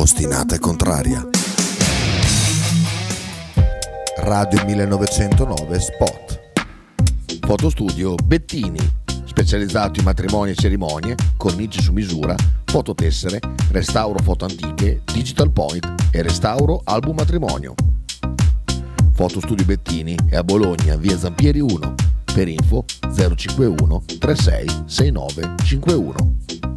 ostinata e contraria. Radio 1909 Spot. Fotostudio Bettini, specializzato in matrimoni e cerimonie, cornici su misura, fototessere, restauro foto antiche, digital point e restauro album matrimonio. Fotostudio Bettini è a Bologna, via Zampieri 1. Per info 051 36 69 51.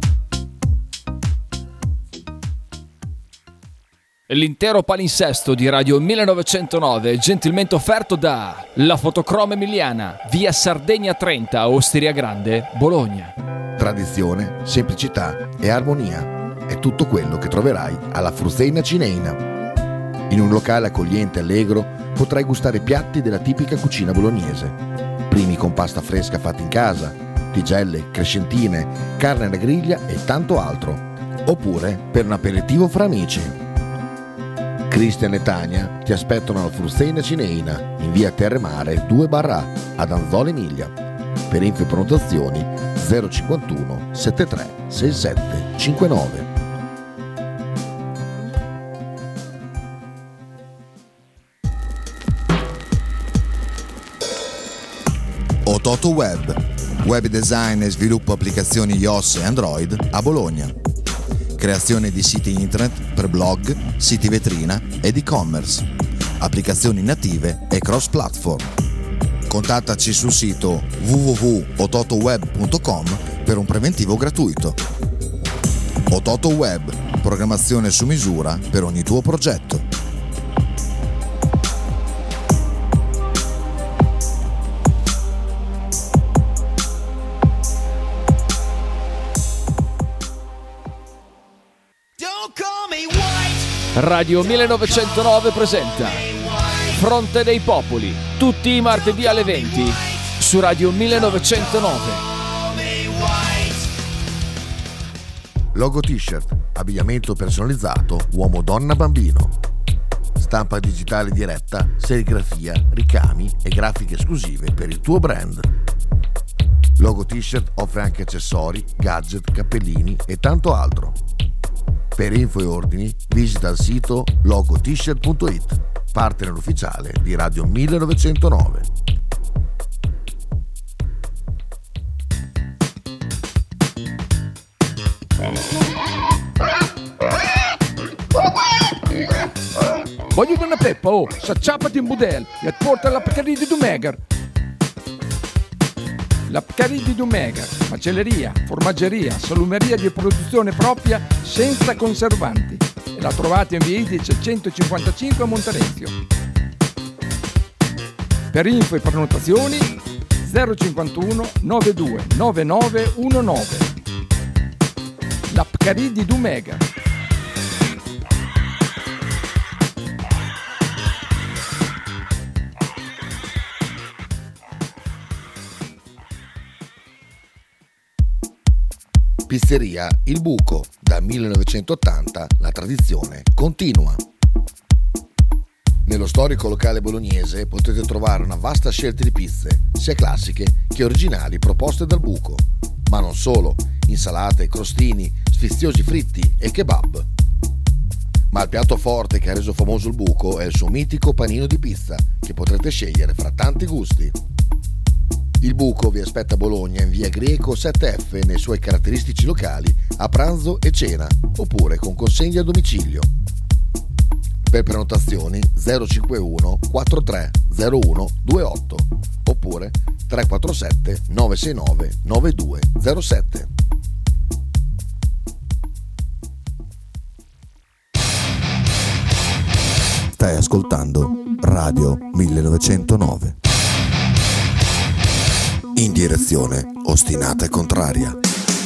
L'intero palinsesto di Radio 1909 è gentilmente offerto da La Fotocroma Emiliana, via Sardegna 30, Osteria Grande, Bologna. Tradizione, semplicità e armonia è tutto quello che troverai alla Fruzeina Cineina. In un locale accogliente e allegro potrai gustare piatti della tipica cucina bolognese. Primi con pasta fresca fatta in casa, tigelle, crescentine, carne alla griglia e tanto altro. Oppure per un aperitivo fra amici. Cristian e Tania ti aspettano alla Fruzeina Cineina in via Terremare 2/A ad Anzola Emilia. Per info e prenotazioni 051 73 67 59. Ototo Web, web design e sviluppo applicazioni iOS e Android a Bologna. Creazione di siti internet per blog, siti vetrina ed e-commerce, applicazioni native e cross-platform. Contattaci sul sito www.ototoweb.com per un preventivo gratuito. Ototo Web, programmazione su misura per ogni tuo progetto. Radio 1909 presenta Fronte dei Popoli, tutti i martedì alle 20 su Radio 1909. Logo t-shirt, abbigliamento personalizzato uomo, donna, bambino. Stampa digitale diretta, serigrafia, ricami e grafiche esclusive per il tuo brand. Logo t-shirt offre anche accessori, gadget, cappellini e tanto altro. Per info e ordini visita il sito logotshirt.it, partner ufficiale di Radio 1909. Voglio una peppa, oh, s'acciappati in budel e porta la Pcaridi di Dumegar. La Pcaridi di Dumegar, macelleria, formaggeria, salumeria di produzione propria senza conservanti. E la trovate in via Idice 155 a Monterezio. Per info e prenotazioni 051 92 9919. La Pcaridi di Dumegar. Pizzeria Il Buco, dal 1980 la tradizione continua. Nello storico locale bolognese potete trovare una vasta scelta di pizze, sia classiche che originali proposte dal Buco, ma non solo, insalate, crostini, sfiziosi fritti e kebab. Ma il piatto forte che ha reso famoso il Buco è il suo mitico panino di pizza, che potrete scegliere fra tanti gusti. Il Buco vi aspetta a Bologna in via Greco 7F nei suoi caratteristici locali a pranzo e cena, oppure con consegna a domicilio. Per prenotazioni 051 43 01 28 oppure 347 969 9207. Stai ascoltando Radio 1909. In direzione ostinata e contraria.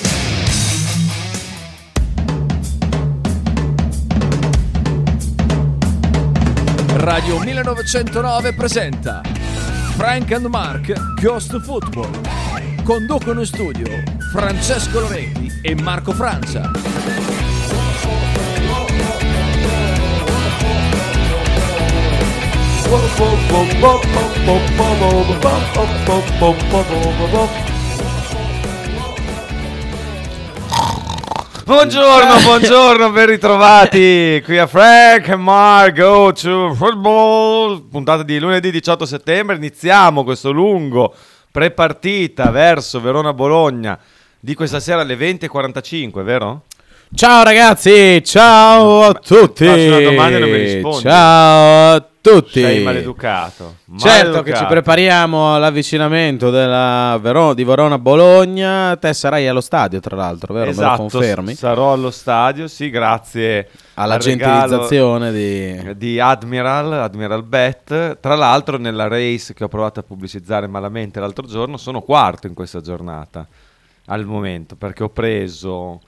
Radio 1909 presenta Frank and Mark Ghost Football. Conducono in studio Francesco Loretti e Marco Francia. Buongiorno, ben ritrovati qui a Frank and Mark Go to Football, puntata di lunedì 18 settembre. Iniziamo questo lungo prepartita verso Verona-Bologna di questa sera alle 20:45, vero? Ciao ragazzi, ciao a tutti. Faccio una domanda e non mi rispondi. Ciao a tutti. Sei maleducato. Certo che ci prepariamo all'avvicinamento di Verona-Bologna. Te sarai allo stadio, tra l'altro, vero? Esatto, me lo confermi? Sarò allo stadio, sì, grazie alla al gentilizzazione di Admiral Bet. Tra l'altro nella race che ho provato a pubblicizzare malamente l'altro giorno sono quarto in questa giornata al momento, perché ho preso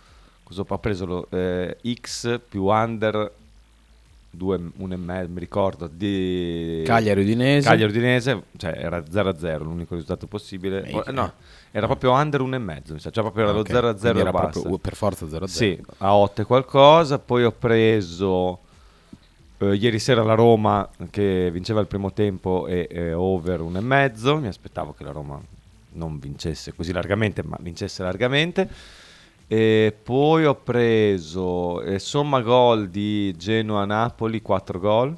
X più under 1,5, mi ricordo, di Cagliari Udinese, cioè era 0-0 l'unico risultato possibile. No, era proprio under 1,5, cioè proprio era lo 0-0 era e basta. proprio per forza 0-0. Sì, a 8 e qualcosa. Poi ho preso ieri sera la Roma che vinceva il primo tempo e over 1,5. Mi aspettavo che la Roma non vincesse così largamente, ma vincesse largamente. E poi ho preso somma gol di Genoa-Napoli 4 gol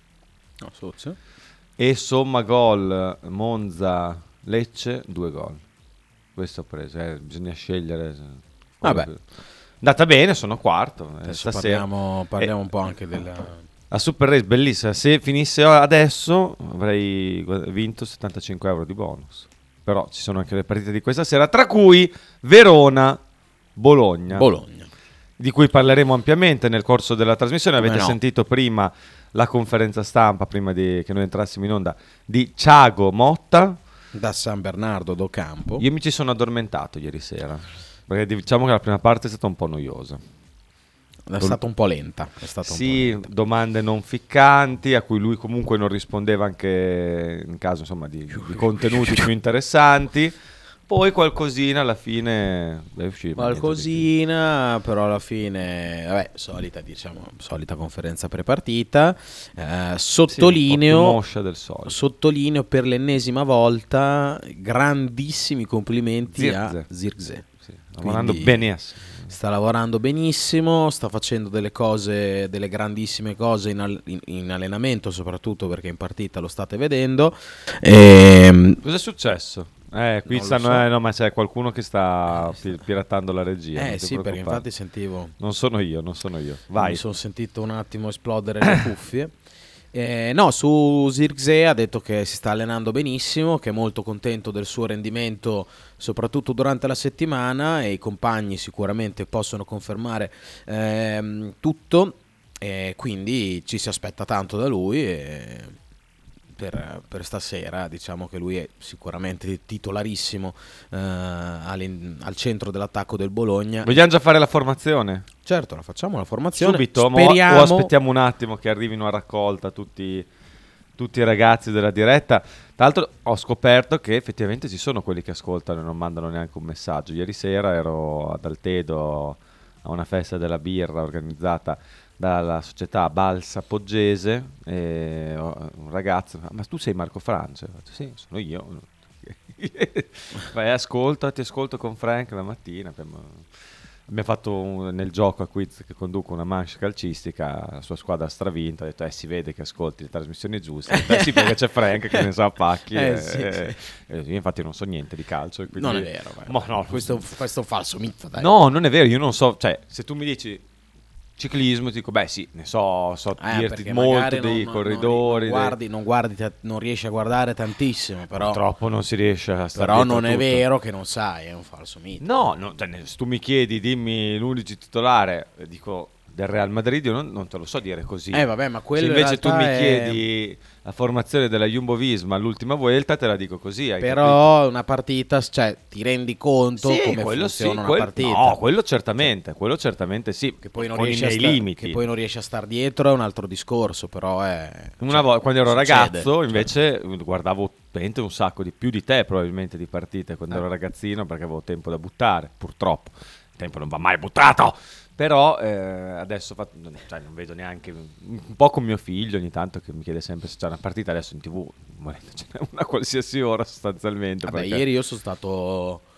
e somma gol Monza-Lecce 2 gol. Questo ho preso, bisogna scegliere. Vabbè, andata bene, sono quarto. Adesso parliamo un po' anche della... La Super Race bellissima. Se finisse adesso avrei vinto 75 euro di bonus. Però ci sono anche le partite di questa sera, tra cui Verona-Bologna, di cui parleremo ampiamente nel corso della trasmissione. Avete sentito prima la conferenza stampa, prima che noi entrassimo in onda, di Thiago Motta da San Bernardo do Campo. Io mi ci sono addormentato ieri sera, perché diciamo che la prima parte è stata un po' noiosa. È stata un po' lenta. Domande non ficcanti a cui lui comunque non rispondeva, anche in caso insomma di contenuti più interessanti. Poi qualcosina alla fine però alla fine vabbè, solita conferenza prepartita. Sottolineo per l'ennesima volta grandissimi complimenti a Zirkzee. Sta lavorando benissimo, sta facendo delle grandissime cose in allenamento, soprattutto perché in partita lo state vedendo. Cos'è successo? Qui stanno, ma c'è qualcuno che sta piratando la regia. Sì, perché infatti sentivo. Non sono io. Vai. Mi sono sentito un attimo esplodere le cuffie. Su Zirkzee ha detto che si sta allenando benissimo, che è molto contento del suo rendimento soprattutto durante la settimana, e i compagni sicuramente possono confermare tutto, e quindi ci si aspetta tanto da lui. Per stasera diciamo che lui è sicuramente titolarissimo al centro dell'attacco del Bologna. Vogliamo già fare la formazione? Certo, la facciamo la formazione subito. O aspettiamo un attimo che arrivino a raccolta tutti i ragazzi della diretta. Tra l'altro ho scoperto che effettivamente ci sono quelli che ascoltano e non mandano neanche un messaggio. Ieri sera ero ad Altedo a una festa della birra organizzata dalla società Balsa Poggese, e un ragazzo: ma tu sei Marco Francia? Ho detto, sì, sono io. Vai, ti ascolto con Frank la mattina. Abbiamo fatto nel gioco a quiz che conduco una manche calcistica, la sua squadra ha stravinto. Ha detto si vede che ascolti le trasmissioni giuste. Detto, sì, perché c'è Frank che ne sa a pacchi. Io infatti non so niente di calcio, quindi... Non è vero, questo è un falso mito, dai. No, non è vero, io non so, cioè se tu mi dici ciclismo, ti dico sì, ne so dirti molto dei corridori. Non riesci a guardare tantissimo, però purtroppo non si riesce a stare. Però non è vero che non sai, è un falso mito. No, se tu mi chiedi dimmi l'11 titolare, dico del Real Madrid, io non te lo so dire così. Ma quello se invece tu mi chiedi la formazione della Jumbo-Visma all'ultima Vuelta, te la dico così. Però capito? una partita, cioè ti rendi conto come funziona una partita. No, quello certamente sì. Che poi non riesci a limiti. Che poi non riesci a star dietro è un altro discorso, però una volta quando ero ragazzo invece guardavo un sacco di più di te probabilmente di partite quando ero ragazzino, perché avevo tempo da buttare, purtroppo. Il tempo non va mai buttato. Però adesso non vedo neanche, un po' con mio figlio ogni tanto che mi chiede sempre se c'è una partita adesso in TV, ce n'è una qualsiasi ora sostanzialmente. Ieri io sono stato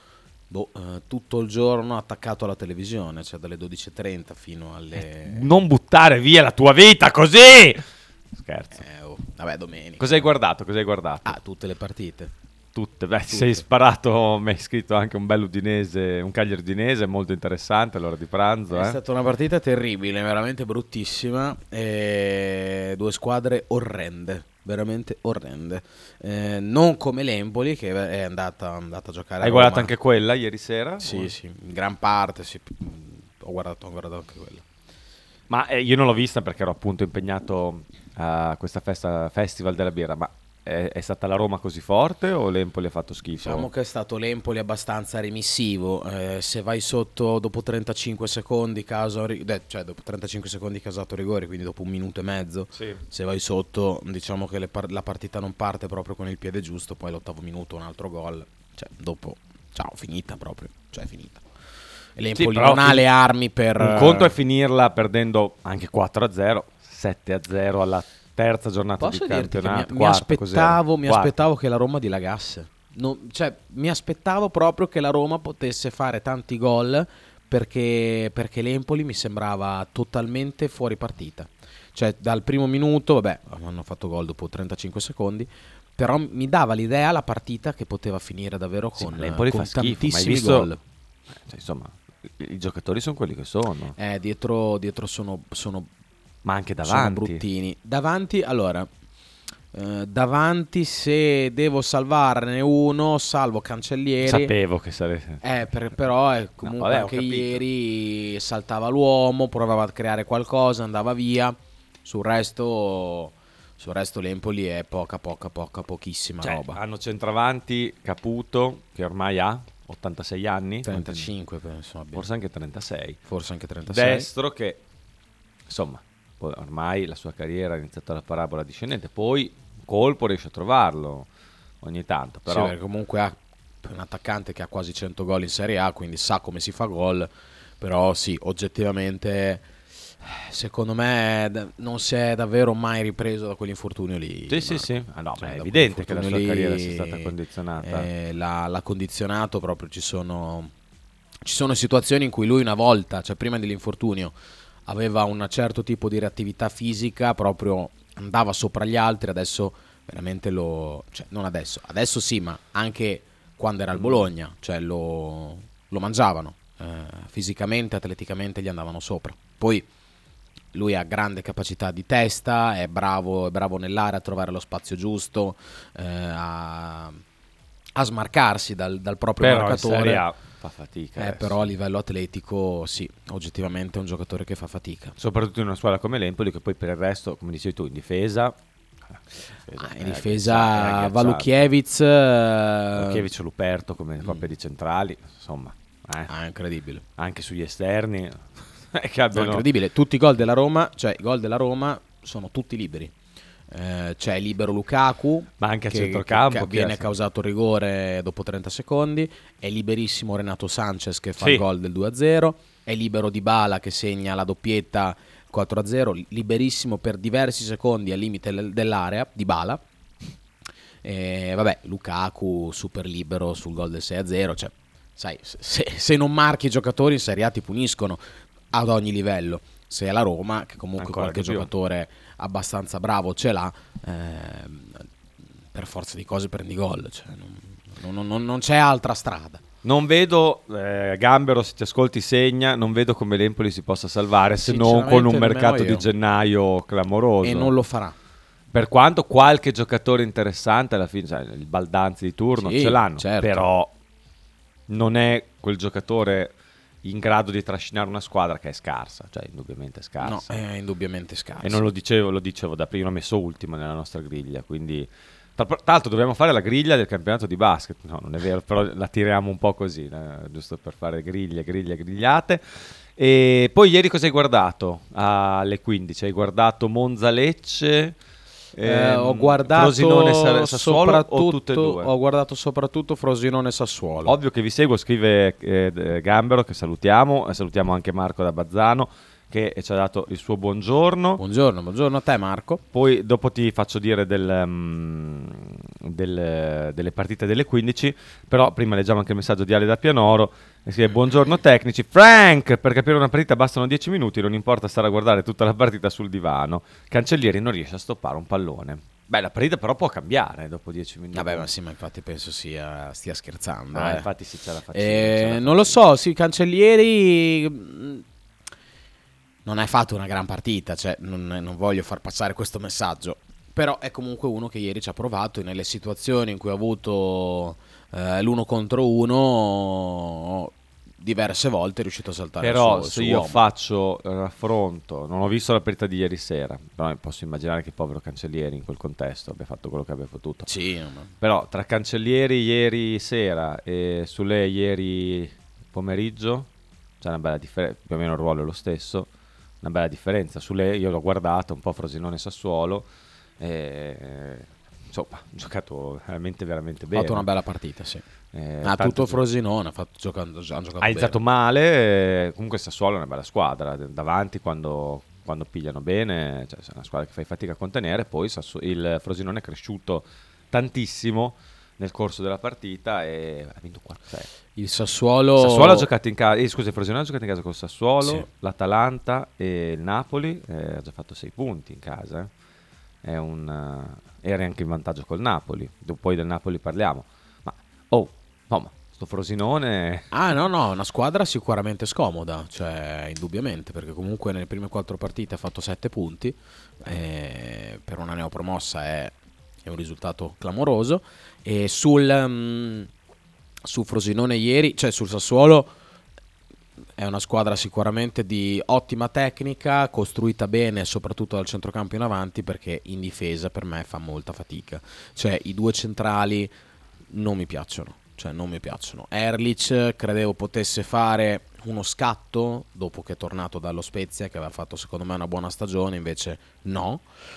tutto il giorno attaccato alla televisione, cioè dalle 12:30 fino alle... Non buttare via la tua vita così! Scherzo. Vabbè, domenica. Cosa hai guardato? Tutte le partite. Tutte. Beh, ti sei sparato, mi hai scritto anche un bel Udinese, un Cagliari Udinese, molto interessante all'ora di pranzo. È stata una partita terribile, veramente bruttissima. Due squadre orrende, veramente orrende. Non come l'Empoli, che è andata a giocare a Hai Roma. guardato anche quella ieri sera? Sì, in gran parte sì. Ho guardato anche quella. Ma io non l'ho vista perché ero appunto impegnato a questa festival della birra, ma è stata la Roma così forte o l'Empoli ha fatto schifo? Diciamo che è stato l'Empoli abbastanza remissivo. Se vai sotto dopo 35 secondi dopo 35 secondi casato rigore, quindi dopo 1 minuto e mezzo, Sì. se vai sotto, diciamo che la partita non parte proprio con il piede giusto. Poi l'8° minuto un altro gol, cioè dopo finita proprio, cioè finita. E l'Empoli però non ha le armi per... Un conto è finirla perdendo anche 4-0, 7-0 alla terza giornata Posso di dirti che campionato. mi aspettavo che la Roma dilagasse. Mi aspettavo proprio che la Roma potesse fare tanti gol perché l'Empoli mi sembrava totalmente fuori partita. Cioè dal primo minuto, vabbè, hanno fatto gol dopo 35 secondi, però mi dava l'idea la partita che poteva finire davvero con l'Empoli fa schifo, ma hai tantissimi visto? gol. Cioè, insomma, i giocatori sono quelli che sono. Dietro sono Ma anche sono davanti. bruttini. Davanti se devo salvarne uno, salvo Cancellieri. Sapevo che sarebbe. Però comunque vabbè, ho anche capito. ieri saltava l'uomo, provava a creare qualcosa, andava via. Sul resto l'Empoli è pochissima roba. Hanno centravanti Caputo, che ormai ha 86 anni. 35 penso abbia. Forse anche 36. Forse anche 36. Destro che, insomma, ormai la sua carriera è iniziata la parabola discendente. Poi un colpo riesce a trovarlo ogni tanto. Però Sì, comunque ha un attaccante che ha quasi 100 gol in Serie A, quindi sa come si fa gol. Però sì, oggettivamente secondo me non si è davvero mai ripreso da quell'infortunio lì. Sì, sì. Ah, no, Cioè, ma è dopo evidente che la sua quell'infortunio carriera lì, sia stata condizionata. l'ha condizionato proprio. Ci sono situazioni in cui lui una volta, cioè prima dell'infortunio, aveva un certo tipo di reattività fisica, proprio andava sopra gli altri. Adesso veramente cioè non adesso sì, ma anche quando era al Bologna, cioè lo mangiavano, fisicamente, atleticamente gli andavano sopra. Poi lui ha grande capacità di testa, è bravo nell'area a trovare lo spazio giusto, a smarcarsi dal proprio Però in marcatore. Serie A fa fatica. adesso. Però a livello atletico sì, oggettivamente è un giocatore che fa fatica. Soprattutto in una squadra come l'Empoli, che poi per il resto, come dicevi tu, in difesa... In difesa Valukiewicz o Luperto come coppia di centrali, insomma, è incredibile. anche sugli esterni che È abbiano... incredibile. Tutti i gol della Roma, cioè i gol della Roma sono tutti liberi. C'è libero Lukaku, Ma anche a che centrocampo, che viene che- causato rigore dopo 30 secondi. È liberissimo Renato Sanchez che fa Sì. il gol del 2-0. È libero Dybala che segna la doppietta 4-0. Liberissimo per diversi secondi al limite dell'area Dybala. Vabbè, Lukaku super libero sul gol del 6-0. Cioè, sai, se non marchi i giocatori in Serie A ti puniscono ad ogni livello. Se è la Roma, che comunque Ancora qualche di più. giocatore abbastanza bravo ce l'ha, per forza di cose prendi gol. Cioè, non c'è altra strada. Non vedo, Gambero, se ti ascolti segna, non vedo come l'Empoli si possa salvare se non con un Sinceramente mercato nemmeno io. di gennaio clamoroso. E non lo farà. Per quanto qualche giocatore interessante alla fine, cioè, il Baldanzi di turno Sì, ce l'hanno, certo. però non è quel giocatore in grado di trascinare una squadra che è scarsa, cioè indubbiamente No, scarsa. è indubbiamente scarso. E non lo dicevo da prima, l'ho messo ultimo nella nostra griglia, quindi tra l'altro dobbiamo fare la griglia del campionato di basket. No, non è vero, però la tiriamo un po' così, giusto per fare grigliate. E poi ieri cosa hai guardato? Alle 15 hai guardato Monza-Lecce, Ho guardato Frosinone-Sassuolo o tutte e due? Ho guardato soprattutto Frosinone-Sassuolo. Ovvio che vi seguo, scrive Gambero, che salutiamo, e salutiamo anche Marco da Bazzano che ci ha dato il suo buongiorno. Buongiorno a te Marco. Poi dopo ti faccio dire delle partite delle 15. Però prima leggiamo anche il messaggio di Ale da Pianoro, e scrive: buongiorno tecnici. Frank, per capire una partita bastano 10 minuti, non importa stare a guardare tutta la partita sul divano. Cancellieri non riesce a stoppare un pallone. Beh, la partita però può cambiare dopo 10 minuti. Vabbè, ma sì, ma infatti penso stia scherzando. Infatti sì, c'è la faccina. Non lo so, sì, Cancellieri non hai fatto una gran partita, cioè non voglio far passare questo messaggio, però è comunque uno che ieri ci ha provato, e nelle situazioni in cui ha avuto l'1 contro 1 diverse volte è riuscito a saltare però il se suo io uomo. faccio raffronto, non ho visto la partita di ieri sera, però posso immaginare che il povero Cancellieri in quel contesto abbia fatto quello che abbia potuto. Sì, ma... Però tra Cancellieri ieri sera e Sule ieri pomeriggio c'è una bella differenza, più o meno il ruolo è lo stesso, una bella differenza. Sule io l'ho guardato un po' Frosinone Sassuolo, insomma, ha giocato veramente ha bene. fatto una bella partita, sì. Tanto Tutto Frosinone ha giocato ha bene. iniziato male, comunque Sassuolo è una bella squadra, davanti quando pigliano bene, cioè, è una squadra che fai fatica a contenere. Poi il Frosinone è cresciuto tantissimo nel corso della partita e ha vinto 4-6. Il Sassuolo Ha giocato in casa, scusa, il Frosinone ha giocato in casa con il Sassuolo, Sì. l'Atalanta e il Napoli, ha già fatto 6 punti in casa. Era anche in vantaggio col Napoli, poi del Napoli parliamo. Ma sto Frosinone... no, una squadra sicuramente scomoda, cioè indubbiamente, perché comunque nelle prime 4 partite ha fatto 7 punti, per una neopromossa è un risultato clamoroso. E sul Frosinone ieri, cioè sul Sassuolo, è una squadra sicuramente di ottima tecnica, costruita bene soprattutto dal centrocampo in avanti, perché in difesa per me fa molta fatica, cioè i due centrali non mi piacciono. Erlich credevo potesse fare uno scatto dopo che è tornato dallo Spezia, che aveva fatto secondo me una buona stagione, invece no.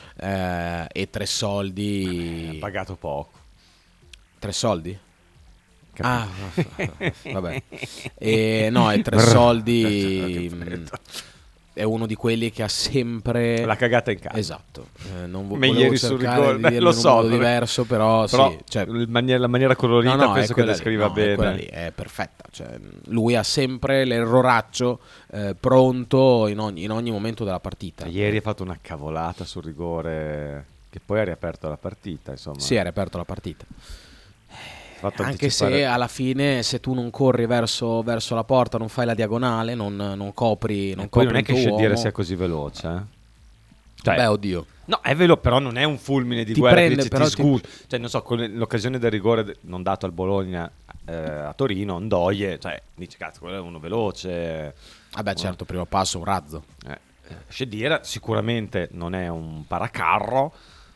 E Tresoldi ha pagato poco. Tresoldi? Capito. Vabbè. E Tresoldi è uno di quelli che ha sempre la cagata in casa. Esatto. Non ieri sul rigore, di dirlo lo in un so, modo diverso, però sì, cioè, la maniera colorita penso che descriva bene. È quella lì, è perfetta, cioè, lui ha sempre l'erroraccio pronto in ogni momento della partita. Ieri ha fatto una cavolata sul rigore che poi ha riaperto la partita, insomma. Sì, ha riaperto la partita. Anche se alla fine, se tu non corri verso la porta, non fai la diagonale, non copri, non poi copri non è che il tuo Scediere uomo. sia così veloce, Cioè, beh, oddio. No, è vero, però non è un fulmine di Ti guerra prende, che però ti scusa. Cioè, non so, con l'occasione del rigore non dato al Bologna a Torino, Ndoye, cioè, dice, cazzo, quello è uno veloce. Vabbè, certo, primo passo, un razzo. Scediera sicuramente non è un paracarro,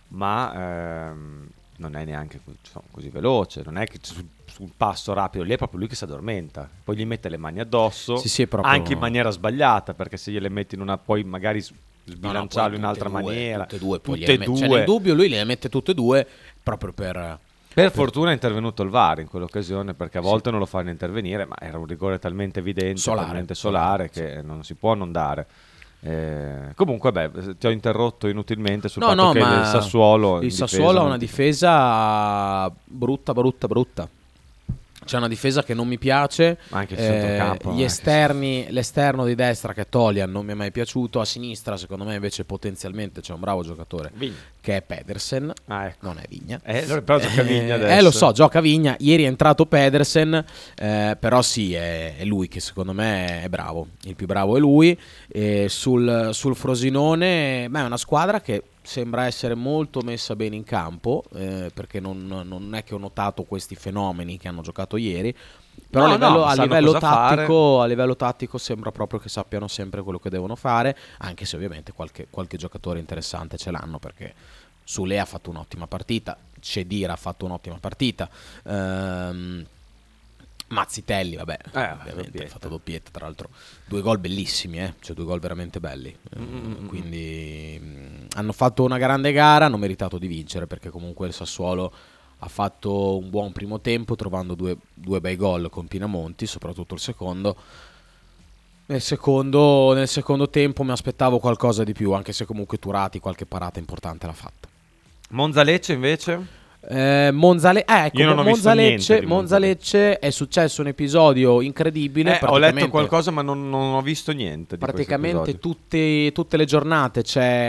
ma non è neanche così veloce, non è che sul passo rapido lì è proprio lui che si addormenta, poi gli mette le mani addosso, Sì, è proprio... anche in maniera sbagliata, perché se gliele metti in una, poi magari sbilanciarlo in un'altra maniera, tutte e due. due. Cioè, nel dubbio lui le mette tutte e due proprio per fortuna è intervenuto il VAR in quell'occasione, perché a volte non lo fanno intervenire, ma era un rigore talmente evidente, talmente solare che non si può non dare. Comunque, ti ho interrotto inutilmente sul fatto che il Sassuolo ha una difesa brutta. C'è una difesa che non mi piace. Anche il centrocampo, l'esterno di destra che è Tolian non mi è mai piaciuto. A sinistra secondo me invece potenzialmente c'è un bravo giocatore che è Pedersen, ecco. non è Vigna, però gioca Vigna adesso. lo so, gioca Vigna. Ieri è entrato Pedersen, però sì, è lui che secondo me è bravo, il più bravo è lui. Sul Frosinone è una squadra che sembra essere molto messa bene in campo, perché non è che ho notato questi fenomeni che hanno giocato ieri, però a livello tattico sembra proprio che sappiano sempre quello che devono fare, anche se ovviamente qualche giocatore interessante ce l'hanno, perché Sule ha fatto un'ottima partita, Cedira ha fatto un'ottima partita, Mazzitelli, ovviamente ha fatto doppietta, tra l'altro 2 gol bellissimi, cioè 2 gol veramente belli, quindi hanno fatto una grande gara, hanno meritato di vincere, perché comunque il Sassuolo ha fatto un buon primo tempo trovando due bei gol con Pinamonti, soprattutto il secondo. Nel secondo tempo mi aspettavo qualcosa di più, anche se comunque Turati qualche parata importante l'ha fatta. Monza Lecce invece? Monza ecco, Io non ho visto niente di Monza Lecce è successo un episodio incredibile. Ho letto qualcosa, ma non ho visto niente di praticamente tutte le giornate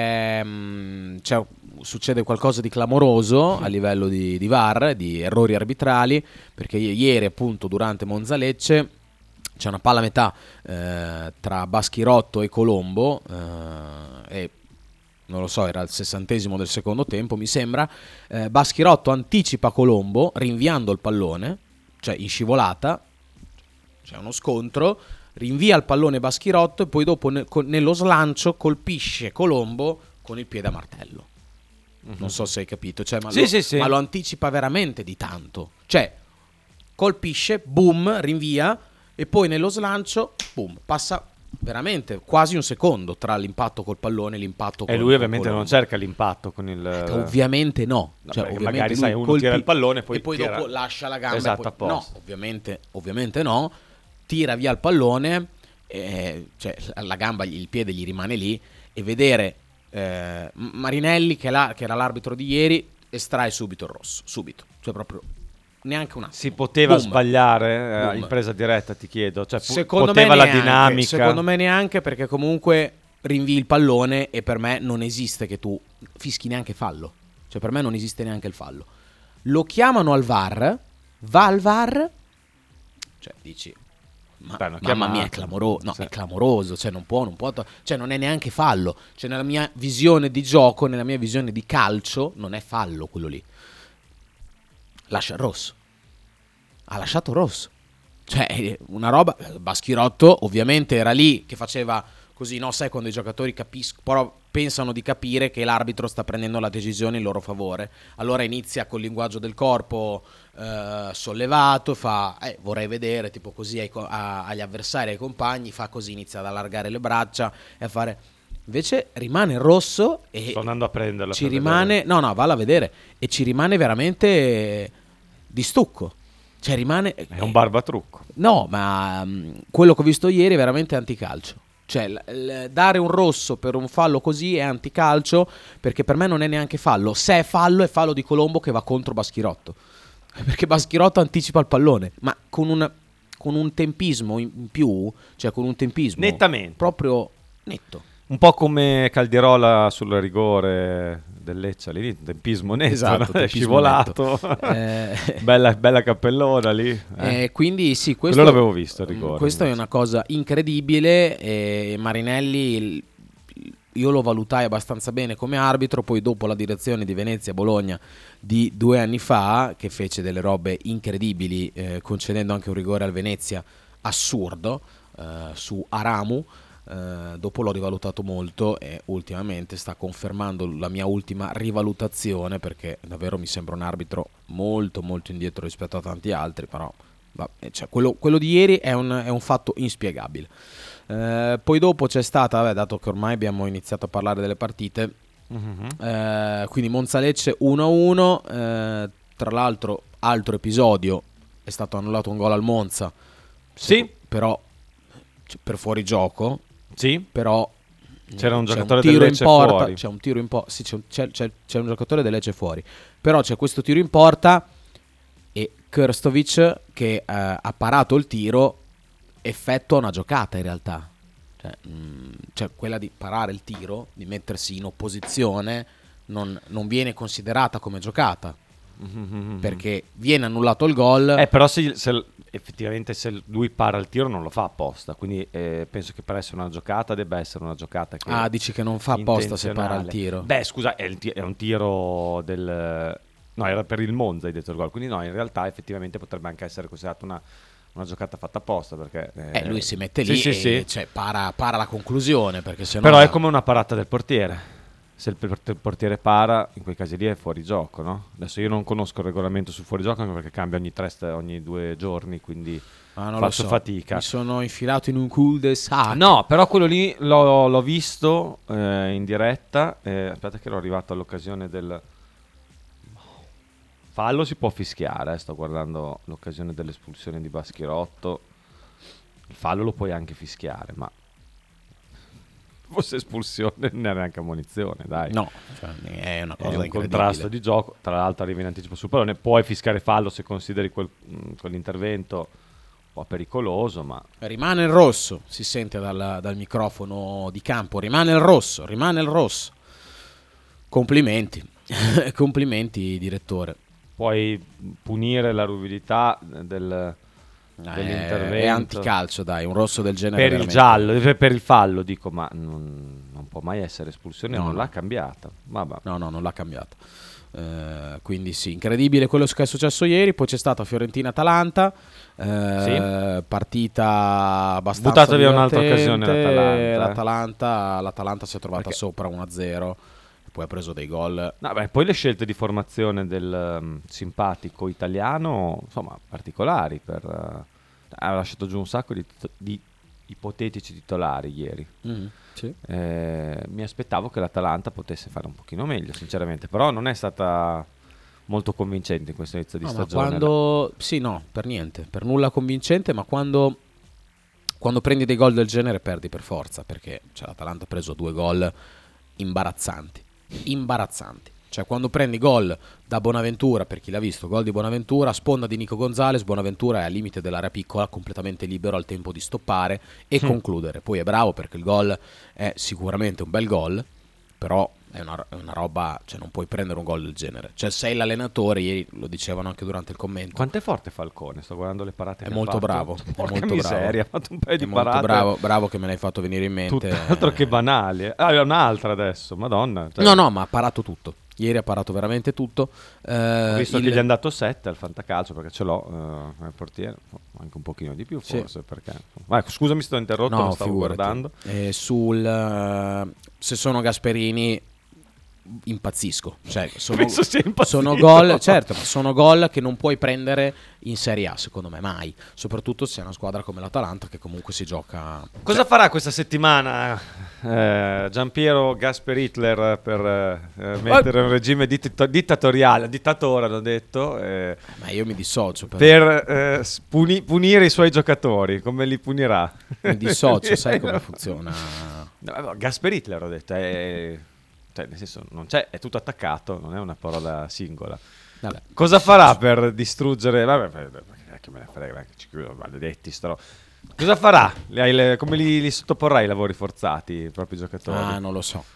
succede qualcosa di clamoroso a livello di VAR, di errori arbitrali, perché ieri appunto durante Monza Lecce c'è una palla a metà tra Baschirotto e Colombo e non lo so, era il 60° del secondo tempo, mi sembra. Baschirotto anticipa Colombo rinviando il pallone, cioè in scivolata, c'è uno scontro, rinvia il pallone Baschirotto e poi dopo nello slancio colpisce Colombo con il piede a martello. Non so se hai capito, cioè, ma lo anticipa veramente di tanto. Cioè, colpisce, boom, rinvia e poi nello slancio, boom, passa veramente quasi un secondo tra l'impatto col pallone e l'impatto e lui ovviamente non cerca l'impatto con il ovviamente no, cioè, ovviamente magari sai uno tira il pallone e poi dopo lascia la gamba esatto, poi, no, ovviamente no, tira via il pallone cioè la gamba, il piede gli rimane lì e vedere Marinelli che era l'arbitro di ieri estrae subito il rosso, subito, cioè proprio neanche un attimo. Si poteva Boom. Sbagliare in presa diretta, ti chiedo, cioè secondo poteva me la neanche, dinamica. secondo me neanche, perché comunque rinvii il pallone e per me non esiste che tu fischi neanche fallo, cioè per me non esiste neanche il fallo. Lo chiamano al VAR, va al VAR, cioè dici mamma mia, è clamoroso, no, sì. È clamoroso, cioè non può, cioè non è neanche fallo, cioè nella mia visione di gioco, nella mia visione di calcio non è fallo quello lì. Lascia il rosso, ha lasciato il rosso, cioè una roba. Baschirotto ovviamente era lì che faceva così, no, sai quando i giocatori però pensano di capire che l'arbitro sta prendendo la decisione in loro favore, allora inizia col linguaggio del corpo sollevato, fa vorrei vedere, tipo così agli avversari, ai compagni, fa così, inizia ad allargare le braccia e a fare. Invece rimane il rosso e sto andando a prenderla, ci rimane vedere. No, valla a vedere, e ci rimane veramente di stucco, cioè rimane è un barbatrucco. No, ma quello che ho visto ieri è veramente anticalcio, cioè dare un rosso per un fallo così è anticalcio, perché per me non è neanche fallo. Se è fallo di Colombo che va contro Baschirotto, perché Baschirotto anticipa il pallone, ma con un tempismo in più, cioè con un tempismo nettamente proprio netto. Un po' come Caldirola sul rigore del Lecce lì, tempismo netto, esatto, no? È scivolato, bella cappellona lì. Quindi sì, questo quello l'avevo visto il rigore. Questa è una cosa incredibile. Marinelli io lo valutai abbastanza bene come arbitro, poi dopo la direzione di Venezia-Bologna di 2 anni fa, che fece delle robe incredibili, concedendo anche un rigore al Venezia assurdo su Aramu. Dopo l'ho rivalutato molto e ultimamente sta confermando la mia ultima rivalutazione, perché davvero mi sembra un arbitro molto molto indietro rispetto a tanti altri, però cioè, quello di ieri è un fatto inspiegabile. Poi dopo c'è stata, dato che ormai abbiamo iniziato a parlare delle partite, quindi Monza Lecce 1-1, tra l'altro altro episodio, è stato annullato un gol al Monza, sì, però per fuorigioco. Sì, però c'era un giocatore del Lecce fuori. C'è un tiro in porta. Sì, c'è un giocatore del Lecce fuori. Però c'è questo tiro in porta e Krstovic che ha parato il tiro effettua una giocata in realtà. Cioè quella di parare il tiro, di mettersi in opposizione, non viene considerata come giocata. Perché viene annullato il gol. Però effettivamente se lui para il tiro non lo fa apposta, quindi penso che per essere una giocata debba essere una giocata che dici che non fa apposta se para il tiro. Scusa, è un tiro no, era per il Monza, hai detto il gol, quindi no, in realtà effettivamente potrebbe anche essere considerata una giocata fatta apposta, perché lui si mette lì e cioè, para la conclusione, perché sennò però è come una parata del portiere. Se il portiere para, in quei casi lì è fuori gioco, no? Adesso io non conosco il regolamento sul fuorigioco, anche perché cambia ogni 2 giorni, quindi faccio fatica. Mi sono infilato in un cul-de-sac. No, però quello lì l'ho visto in diretta. Aspetta che ero arrivato all'occasione del fallo, si può fischiare. Sto guardando l'occasione dell'espulsione di Baschirotto. Il fallo lo puoi anche fischiare, ma fosse espulsione non era neanche ammonizione, dai. No, cioè, è una cosa È un incredibile. contrasto di gioco, tra l'altro arrivi in anticipo sul pallone, puoi fiscare fallo se consideri quell'intervento un po' pericoloso, ma Rimane il rosso, si sente dal microfono di campo, rimane il rosso. Complimenti, complimenti direttore. puoi punire la ruvidità dell'intervento. È anticalcio, dai, un rosso del genere Per il veramente. giallo, per il fallo dico, ma non può mai essere espulsione, No, non no. l'ha cambiata. Vabbè. No, non l'ha cambiato. Quindi sì, incredibile quello che è successo ieri. Poi c'è stata Fiorentina-Atalanta, partita abbastanza Buttata via un'altra divertente. occasione L'Atalanta si è trovata Perché- sopra 1-0 e poi ha preso dei gol. No, beh, poi le scelte di formazione del simpatico italiano, insomma, particolari. Ha lasciato giù un sacco di ipotetici titolari ieri. Sì. Mi aspettavo che l'Atalanta potesse fare un pochino meglio, sinceramente, però non è stata molto convincente in questo inizio di No, ma stagione. sì, no, per niente, per nulla convincente, ma quando prendi dei gol del genere perdi per forza, perché l'Atalanta ha preso 2 gol imbarazzanti. Cioè quando prendi gol da Bonaventura, per chi l'ha visto, gol di Bonaventura, sponda di Nico Gonzalez, Bonaventura è al limite dell'area piccola, completamente libero, al tempo di stoppare e concludere. Poi è bravo perché il gol è sicuramente un bel gol, però è una roba, cioè non puoi prendere un gol del genere. Cioè sei l'allenatore, ieri lo dicevano anche durante il commento. Quanto è forte Falcone? Sto guardando le parate È che molto ha fatto. bravo, è Porca molto miseria, ha fatto un paio È di molto parate. bravo che me l'hai fatto venire in mente. Tutt'altro che banali. Ah, un'altra adesso, madonna. Cioè, No, ma ha parato tutto. Ieri ha parato veramente tutto. Ho visto che gli è andato 7 al fantacalcio perché ce l'ho nel portiere, anche un pochino di più Sì. forse. Perché... Scusami, sto interrotto, No, lo stavo figurati. guardando. Se sono Gasperini impazzisco. Cioè, Penso sia impazzito. sono gol, certo, ma sono gol che non puoi prendere in Serie A, secondo me, mai. Soprattutto se è una squadra come l'Atalanta che comunque si gioca. Cosa farà questa settimana Giampiero Gasper Hitler per mettere un regime dittatoriale, dittatore hanno detto, Ma io mi dissocio, però. per punire i suoi giocatori? Come li punirà? Mi dissocio, sai come funziona? No, Gasper Hitler ho detto, cioè, nel senso, non c'è, è tutto attaccato, non è una parola singola. Vabbè. Cosa farà per distruggere? Vabbè, che me ne frega, ci chiudo, maledetti Cosa farà? Come li sottoporrà ai lavori forzati i propri giocatori? Non lo so.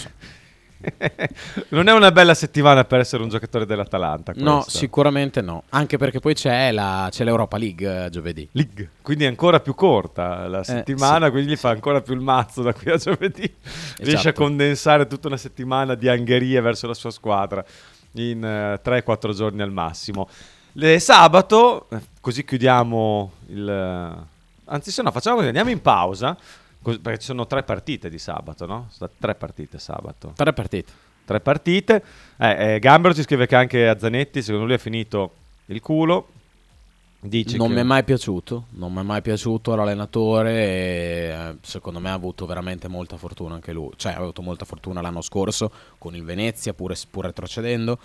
Non è una bella settimana per essere un giocatore dell'Atalanta. No, questa. sicuramente no. Anche perché poi c'è l'Europa League giovedì. League. Quindi è ancora più corta la settimana, sì. quindi gli fa ancora più il mazzo da qui a giovedì. Riesce a Esatto. condensare tutta una settimana di angherie verso la sua squadra in 3-4 giorni al massimo. Sabato, così chiudiamo anzi se no facciamo così, andiamo in pausa, perché ci sono 3 partite di sabato, no? Sono 3 partite sabato. 3 partite. 3 partite. Gambero ci scrive che anche a Zanetti, secondo lui, è finito il culo. Dice Non che mi è mai piaciuto l'allenatore e secondo me ha avuto veramente molta fortuna anche lui. Cioè ha avuto molta fortuna l'anno scorso con il Venezia, pur retrocedendo.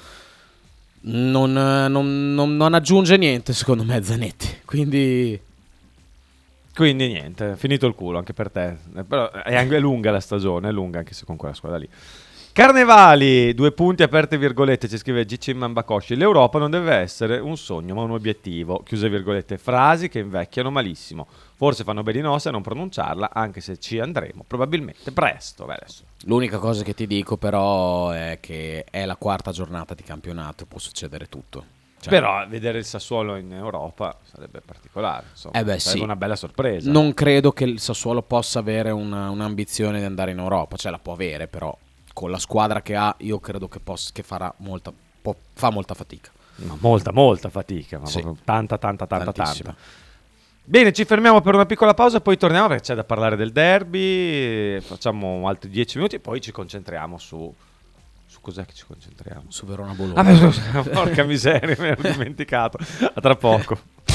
Non aggiunge niente secondo me Zanetti, quindi niente, è finito il culo anche per te. Però è lunga la stagione, è lunga anche se con quella squadra lì. Carnevali, 2 punti aperte virgolette, ci scrive Gicci Mambakoshi. L'Europa non deve essere un sogno ma un obiettivo, chiuse virgolette. Frasi che invecchiano malissimo. Forse fanno bene i nostri a non pronunciarla, anche se ci andremo probabilmente presto. Adesso. l'unica cosa che ti dico però è che è la 4ª giornata di campionato, può succedere tutto. Cioè, Però vedere il Sassuolo in Europa sarebbe particolare, insomma. Sarebbe sì. una bella sorpresa. Non credo che il Sassuolo possa avere un'ambizione di andare in Europa, cioè la può avere, però con la squadra che ha io credo che fa molta fatica. Ma molta fatica, ma Sì. proprio tanta. Tantissima. Bene, ci fermiamo per una piccola pausa, poi torniamo perché c'è da parlare del derby, facciamo altri 10 minuti e poi ci concentriamo su cos'è che ci concentriamo? Su Verona Bologna. Porca miseria, mi ero dimenticato. A tra poco.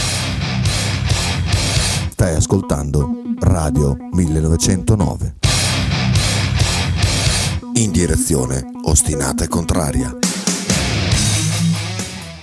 Stai ascoltando Radio 1909. In direzione ostinata e contraria.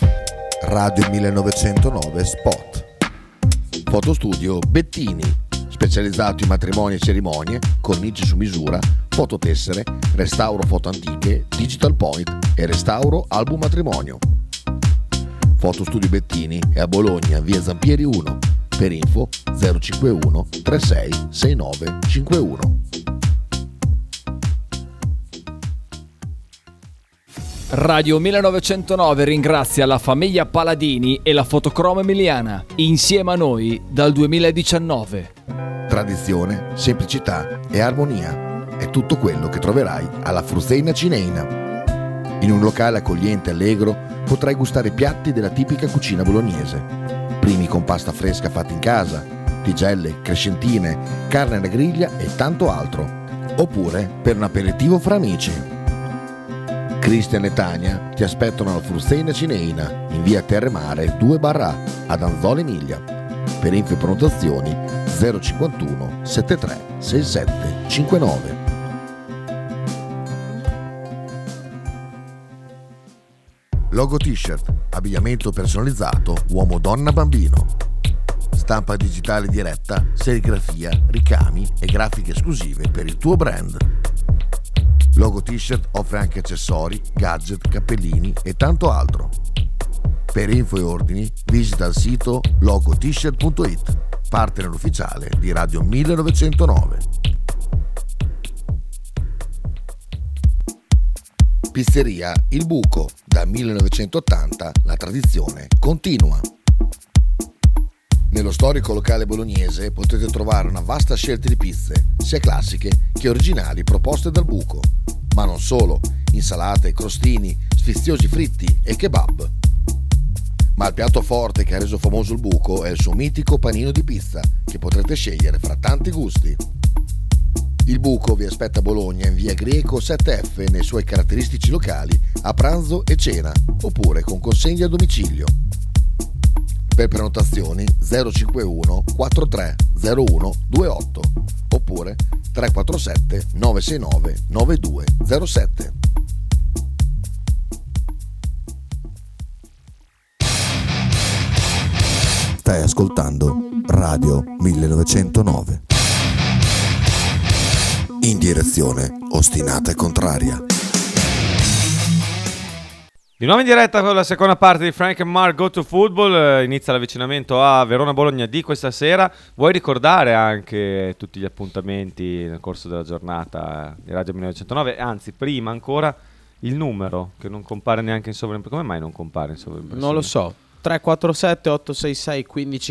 Radio 1909 Spot. Fotostudio Bettini. specializzato in matrimoni e cerimonie, cornici su misura, fototessere, restauro foto antiche, digital point e restauro album matrimonio. Fotostudio Bettini è a Bologna, via Zampieri 1. Per info 051 36 69 51. Radio 1909 ringrazia la famiglia Paladini e la Fotocromo Emiliana, insieme a noi dal 2019. Tradizione, semplicità e armonia è tutto quello che troverai alla Fruzeina Cineina. In un locale accogliente e allegro potrai gustare piatti della tipica cucina bolognese. Primi con pasta fresca fatta in casa, tigelle, crescentine, carne alla griglia e tanto altro. Oppure per un aperitivo fra amici. Cristian e Tania ti aspettano alla Fruzeina Cineina in via Terremare 2/A ad Anzola Emilia. Per info e prenotazioni 051 73 67 59. Logo T-shirt, abbigliamento personalizzato uomo, donna, bambino. Stampa digitale diretta, serigrafia, ricami e grafiche esclusive per il tuo brand. Logo T-shirt offre anche accessori, gadget, cappellini e tanto altro. Per info e ordini visita il sito logotshirt.it, partner ufficiale di Radio 1909. Pizzeria Il Buco, da 1980 la tradizione continua. Nello storico locale bolognese potete trovare una vasta scelta di pizze, sia classiche che originali proposte dal Buco, ma non solo, insalate, crostini, sfiziosi fritti e kebab. Ma il piatto forte che ha reso famoso il Buco è il suo mitico panino di pizza, che potrete scegliere fra tanti gusti. Il Buco vi aspetta a Bologna in via Greco 7F nei suoi caratteristici locali a pranzo e cena, oppure con consegna a domicilio. Per prenotazioni 051 43 01 28 oppure 347 969 9207. Stai ascoltando Radio 1909. In direzione ostinata e contraria. Di nuovo in diretta con la seconda parte di Frank and Mark Go to Football. Inizia l'avvicinamento a Verona-Bologna di questa sera. Vuoi ricordare anche tutti gli appuntamenti nel corso della giornata di Radio 1909? Anzi, prima ancora il numero che non compare neanche in sovraimpressione. Come mai non compare in sovraimpressione? Non lo so. 347 866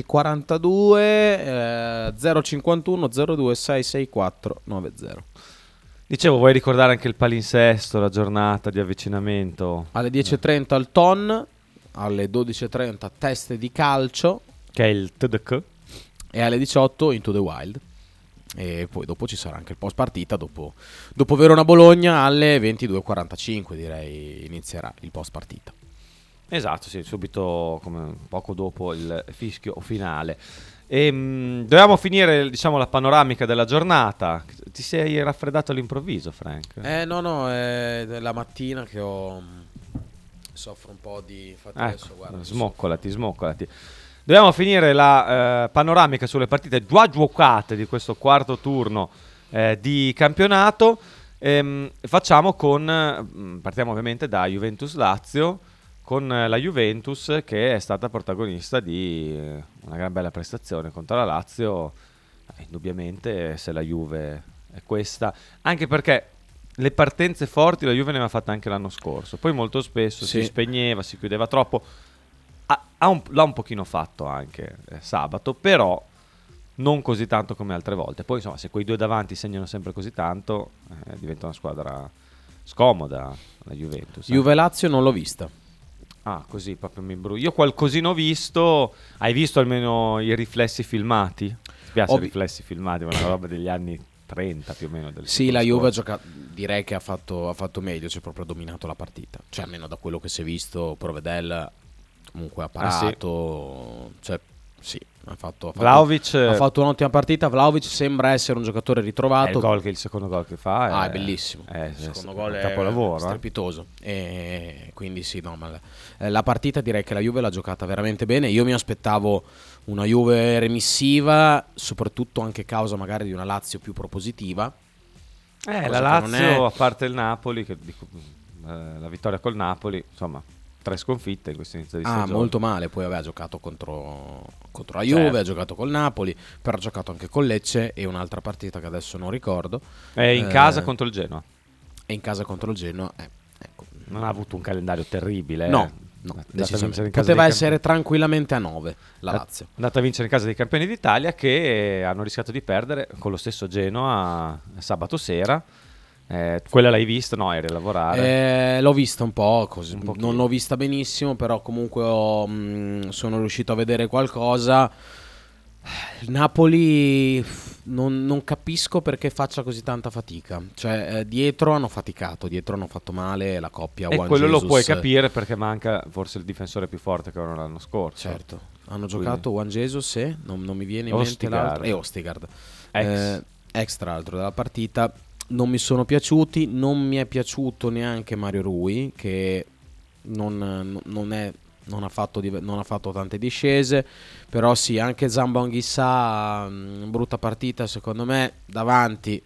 1542 051 02 664 90. Dicevo, vuoi ricordare anche il palinsesto, la giornata di avvicinamento? Alle 10.30 al TON, alle 12.30 teste di calcio, che è il TDK, e alle 18 Into the Wild. E poi dopo ci sarà anche il post partita, dopo Verona-Bologna alle 22.45 direi inizierà il post partita. Esatto, sì, subito, come poco dopo il fischio finale. E, dovevamo finire, diciamo, la panoramica della giornata. Ti sei raffreddato all'improvviso, Frank? No, è la mattina che soffro un po' di... Infatti adesso, guarda, smoccolati. Dobbiamo finire la panoramica sulle partite già giocate di questo quarto turno di campionato. Partiamo ovviamente da Juventus-Lazio, con la Juventus che è stata protagonista di una gran bella prestazione contro la Lazio. Indubbiamente, se la Juve è questa, anche perché le partenze forti la Juve ne aveva fatte anche l'anno scorso, poi molto spesso si spegneva, si chiudeva troppo. L'ha un pochino fatto anche sabato, però non così tanto come altre volte. Poi insomma, se quei due davanti segnano sempre così tanto, diventa una squadra scomoda la Juventus. Juve-Lazio non l'ho vista. Ah, così proprio mi imbruglio. Io qualcosina ho visto. Hai visto almeno i riflessi filmati? Ti piace i riflessi filmati? È una roba degli anni 30 più o meno. Sì, la Juve ha giocato, direi che ha fatto meglio, cioè proprio dominato la partita. Cioè almeno da quello che si è visto, Provedel comunque ha parato, cioè Sì, ha Vlahovic un'ottima partita. Vlahovic sembra essere un giocatore ritrovato. il secondo gol che fa è bellissimo. Il secondo gol è capolavoro, strepitoso. E quindi sì, no, ma la partita direi che la Juve l'ha giocata veramente bene. Io mi aspettavo una Juve remissiva, soprattutto anche causa magari di una Lazio più propositiva. La Lazio, a parte il Napoli, la vittoria col Napoli, insomma, 3 sconfitte in questo inizio di stagione. Molto male. Poi aveva giocato contro la Juve, ha giocato col Napoli, però ha giocato anche con Lecce e un'altra partita che adesso non ricordo. È in casa contro il Genoa. E in casa contro il Genoa. Ecco. Non ha avuto un calendario terribile. No, decisamente. Poteva essere tranquillamente a 9 la Lazio. È andata a vincere in casa dei campioni d'Italia, che hanno rischiato di perdere con lo stesso Genoa sabato sera. Quella l'hai vista? No, eri a lavorare. L'ho vista un po' così. Non l'ho vista benissimo, però comunque sono riuscito a vedere qualcosa. Il Napoli non capisco perché faccia così tanta fatica. Cioè, dietro hanno faticato, dietro hanno fatto male la coppia E Juan quello Jesus. lo puoi capire perché manca forse il difensore più forte che avevano l'anno scorso. Certo, hanno giocato Juan Jesus e non mi viene in mente l'altro. E Ostigard, ex tra l'altro della partita. Non mi sono piaciuti, non mi è piaciuto neanche Mario Rui, che non ha fatto tante discese, però sì, anche Zambo Anguissa, brutta partita secondo me, davanti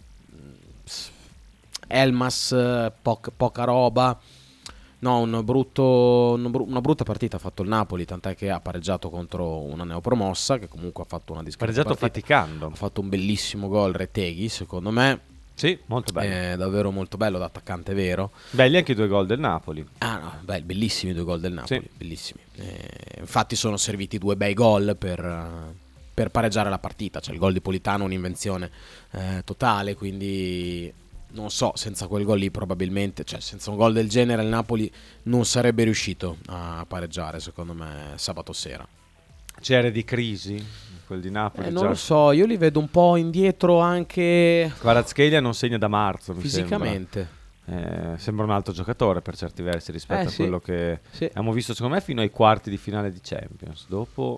Elmas, poca roba. No, una brutta partita ha fatto il Napoli, tant'è che ha pareggiato contro una neopromossa che comunque ha fatto una discreta pareggiato partita. Faticando. Ha fatto un bellissimo gol Retegui, secondo me. Sì, molto bello. È davvero molto bello da attaccante vero. Belli anche i 2 gol del Napoli. Bellissimi i 2 gol del Napoli, sì. Bellissimi. Infatti sono serviti 2 bei gol per pareggiare la partita. Cioè il gol di Politano è un'invenzione totale, quindi non so, senza quel gol lì probabilmente, cioè senza un gol del genere il Napoli non sarebbe riuscito a pareggiare, secondo me, sabato sera. C'era di crisi quel di Napoli? Non lo so, io li vedo un po' indietro anche. Kvaratskhelia non segna da marzo, fisicamente. Sembra un altro giocatore per certi versi rispetto a quello che abbiamo visto secondo me fino ai quarti di finale di Champions. Dopo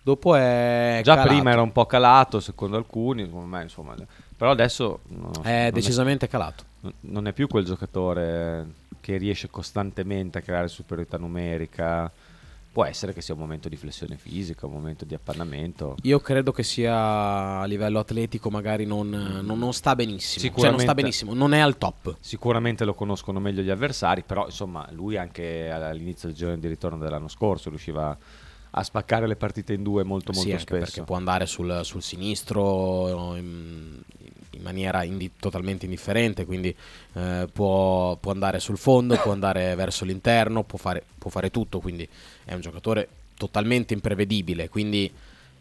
è già calato. Prima era un po' calato secondo alcuni, secondo me, insomma, però adesso è decisamente calato. Non è più quel giocatore che riesce costantemente a creare superiorità numerica. Può essere che sia un momento di flessione fisica, un momento di appannamento. Io credo che sia a livello atletico magari non sta benissimo. Cioè non sta benissimo, non è al top. Sicuramente lo conoscono meglio gli avversari, però insomma lui anche all'inizio del girone di ritorno dell'anno scorso riusciva a spaccare le partite in 2 molto spesso. Perché può andare sul sinistro in maniera totalmente indifferente, quindi può andare sul fondo, può andare verso l'interno, può fare tutto, quindi è un giocatore totalmente imprevedibile, quindi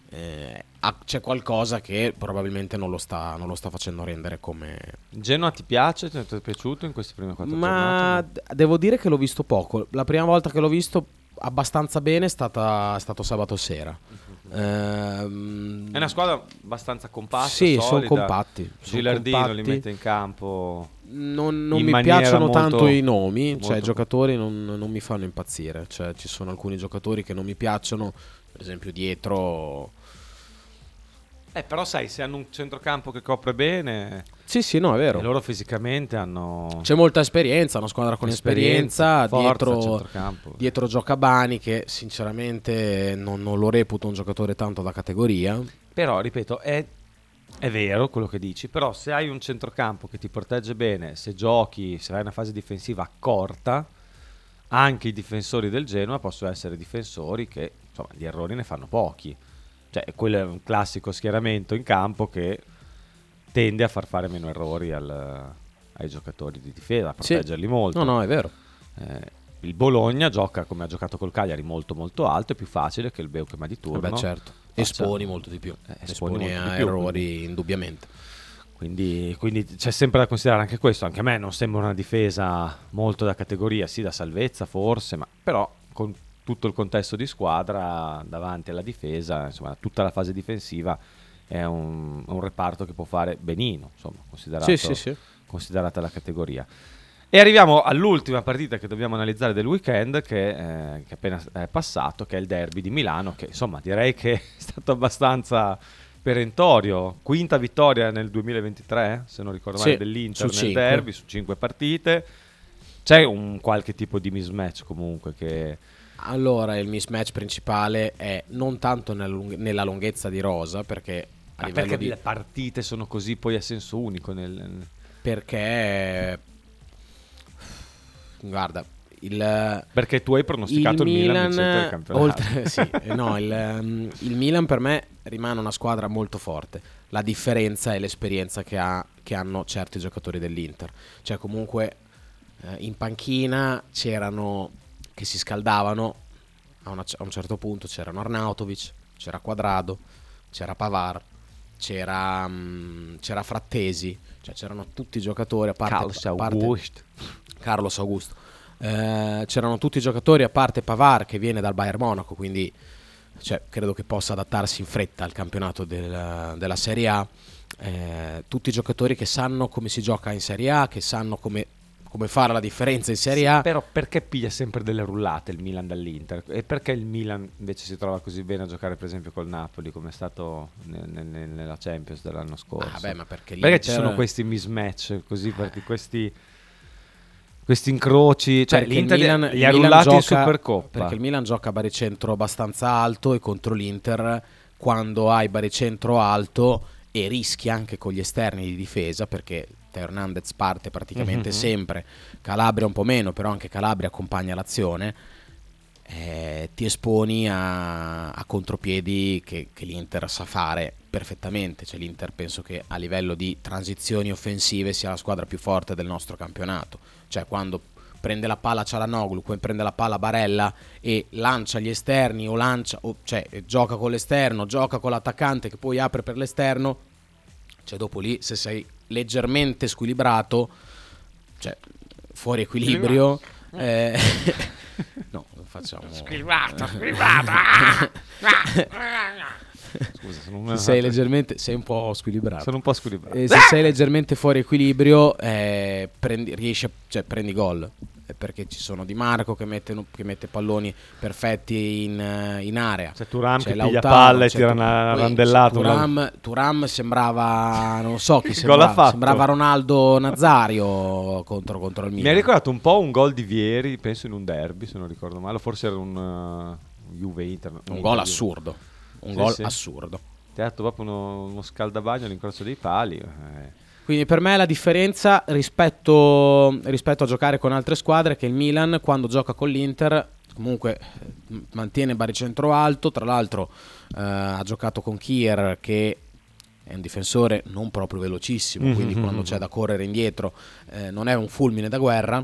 c'è qualcosa che probabilmente non lo sta facendo rendere come. Genoa ti piace? Ti è piaciuto in queste prime 4 giornate? Ma devo dire che l'ho visto poco. La prima volta che l'ho visto abbastanza bene è stato sabato sera. È una squadra abbastanza compatta. Sì, solida. sono compatti. Gilardino li mette in campo. Non mi piacciono tanto i nomi, cioè i giocatori non mi fanno impazzire. Cioè, ci sono alcuni giocatori che non mi piacciono, per esempio dietro. Però sai, se hanno un centrocampo che copre bene. Sì, no, è vero. E loro fisicamente hanno. C'è molta esperienza, una squadra con esperienza. Forza, dietro gioca Bani, che sinceramente non lo reputo un giocatore tanto da categoria. Però, ripeto, è vero quello che dici. Però se hai un centrocampo che ti protegge bene, se giochi, se hai una fase difensiva corta, anche i difensori del Genoa possono essere difensori che, insomma, di errori ne fanno pochi. Cioè, quello è un classico schieramento in campo che tende a far fare meno errori ai giocatori di difesa, a proteggerli molto. No, è vero. Il Bologna gioca come ha giocato col Cagliari, molto molto alto, è più facile che il Beukema di turno. Certo. Esponi molto di più. Esponi a errori, indubbiamente. Quindi c'è sempre da considerare anche questo. Anche a me non sembra una difesa molto da categoria, sì, da salvezza forse, ma però con tutto il contesto di squadra davanti alla difesa, insomma, tutta la fase difensiva è un reparto che può fare benino, insomma, considerata la categoria. E arriviamo all'ultima partita che dobbiamo analizzare del weekend, che è appena è passato, che è il derby di Milano, che insomma direi che è stato abbastanza perentorio. Quinta vittoria nel 2023, se non ricordo male, dell'Inter nel derby, su 5 partite. C'è un qualche tipo di mismatch comunque che... Allora, il mismatch principale è non tanto nella lunghezza di rosa, perché perché le partite sono così poi a senso unico perché guarda, perché tu hai pronosticato il Milan vincente del campionato. Il Milan per me rimane una squadra molto forte. La differenza è l'esperienza che hanno certi giocatori dell'Inter. Cioè comunque in panchina c'erano che si scaldavano a un certo punto. C'erano Arnautovic, c'era Quadrado, c'era Pavard, c'era Frattesi, cioè c'erano tutti i giocatori a parte Carlos Augusto. C'erano tutti i giocatori a parte Pavard, che viene dal Bayern Monaco, quindi credo che possa adattarsi in fretta al campionato della Serie A. Tutti i giocatori che sanno come si gioca in Serie A, che sanno come fare la differenza in Serie A. Però perché piglia sempre delle rullate il Milan dall'Inter? E perché il Milan invece si trova così bene a giocare per esempio col Napoli, come è stato nella Champions dell'anno scorso? Ma perché ci sono questi mismatch così, questi incroci, cioè l'Inter li ha rullati in Supercoppa. Perché il Milan gioca a baricentro abbastanza alto, e contro l'Inter, quando hai baricentro alto e rischi anche con gli esterni di difesa, perché Hernandez parte praticamente sempre, Calabria un po' meno, però anche Calabria accompagna l'azione, ti esponi a contropiedi che l'Inter sa fare perfettamente. Cioè l'Inter penso che a livello di transizioni offensive sia la squadra più forte del nostro campionato. Cioè quando prende la palla Çalhanoğlu, poi prende la palla Barella e lancia gli esterni gioca con l'esterno, gioca con l'attaccante che poi apre per l'esterno, cioè dopo lì se sei leggermente squilibrato, cioè fuori equilibrio, no, facciamo squilibrata. Scusa, sei un po' squilibrato. Sono un po' squilibrato. Se sei leggermente fuori equilibrio, prendi gol. Perché ci sono Di Marco che mette palloni perfetti in area. C'è Thuram che piglia palla e tira una randellata. Thuram sembrava, non so chi sembrava Ronaldo Nazario contro il Milan. Mi ha ricordato un po' un gol di Vieri, penso in un derby, se non ricordo male, forse era un Juve Inter. Un gol assurdo. Assurdo. Ti ha dato proprio uno scaldabagno all'incrocio dei pali. Quindi per me la differenza rispetto a giocare con altre squadre è che il Milan, quando gioca con l'Inter, comunque mantiene baricentro alto. Tra l'altro ha giocato con Kier, che è un difensore non proprio velocissimo, quindi quando c'è da correre indietro non è un fulmine da guerra,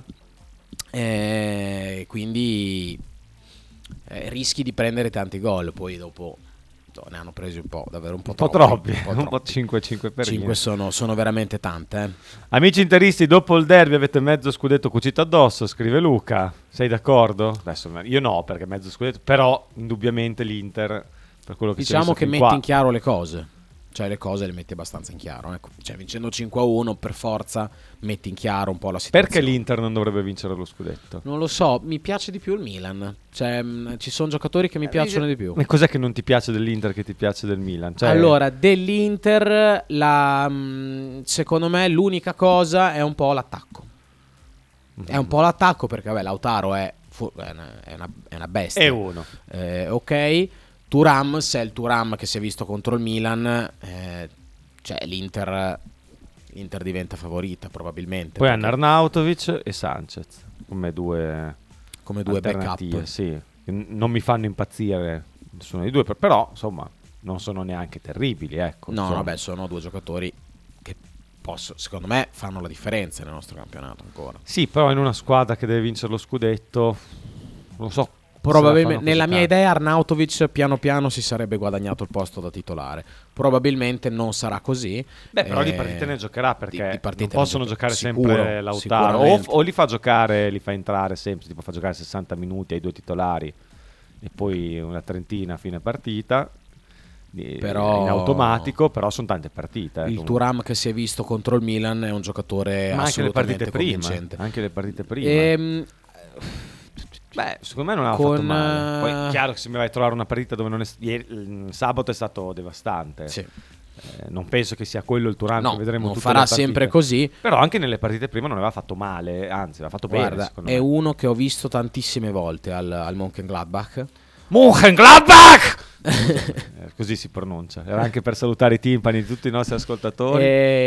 quindi rischi di prendere tanti gol. Poi dopo ne hanno presi davvero un po' troppi. Un po' 5 per 5 sono veramente tante. Amici interisti, dopo il derby avete mezzo scudetto cucito addosso, scrive Luca. Sei d'accordo? Adesso io no, perché mezzo scudetto, però indubbiamente l'Inter, per quello che diciamo che metti in chiaro le cose. Cioè le cose le metti abbastanza in chiaro, ecco. Cioè vincendo 5-1 per forza metti in chiaro un po' la situazione. Perché l'Inter non dovrebbe vincere lo scudetto? Non lo so, mi piace di più il Milan. Cioè ci sono giocatori che mi piacciono di più. Ma cos'è che non ti piace dell'Inter che ti piace del Milan? Cioè... Allora, dell'Inter secondo me l'unica cosa è un po' l'attacco. È un po' l'attacco perché Lautaro è una bestia. È uno. Ok. Thuram, se è il Thuram che si è visto contro il Milan, cioè l'Inter diventa favorita probabilmente. Poi hanno Arnautovic e Sanchez come due backup. Sì, non mi fanno impazzire nessuno dei due, però insomma non sono neanche terribili, ecco. No, vabbè, sono due giocatori che secondo me fanno la differenza nel nostro campionato ancora. Sì, però in una squadra che deve vincere lo scudetto, non so. Probabilmente nella mia idea Arnautovic piano piano si sarebbe guadagnato il posto da titolare. Probabilmente non sarà così. Però di partite ne giocherà, perché non possono giocare sicuro, sempre Lautaro o li fa giocare, li fa entrare sempre, tipo fa giocare 60 minuti ai due titolari e poi una trentina a fine partita. Però in automatico, però sono tante partite. Il comunque. Thuram che si è visto contro il Milan è un giocatore Ma anche le assolutamente partite prima. convincente. Anche le partite prima. Beh, secondo me non aveva fatto male. Poi chiaro che se mi vai a trovare una partita dove non è il sabato è stato devastante. Sì. Non penso che sia quello il Turan No, che vedremo non tutte farà le partite. sempre così. Però anche nelle partite prima non aveva fatto male, anzi aveva fatto bene. Guarda, Secondo è me. uno che ho visto tantissime volte al Mönchengladbach. Mönchengladbach! Così si pronuncia. Era anche per salutare i timpani di tutti i nostri ascoltatori.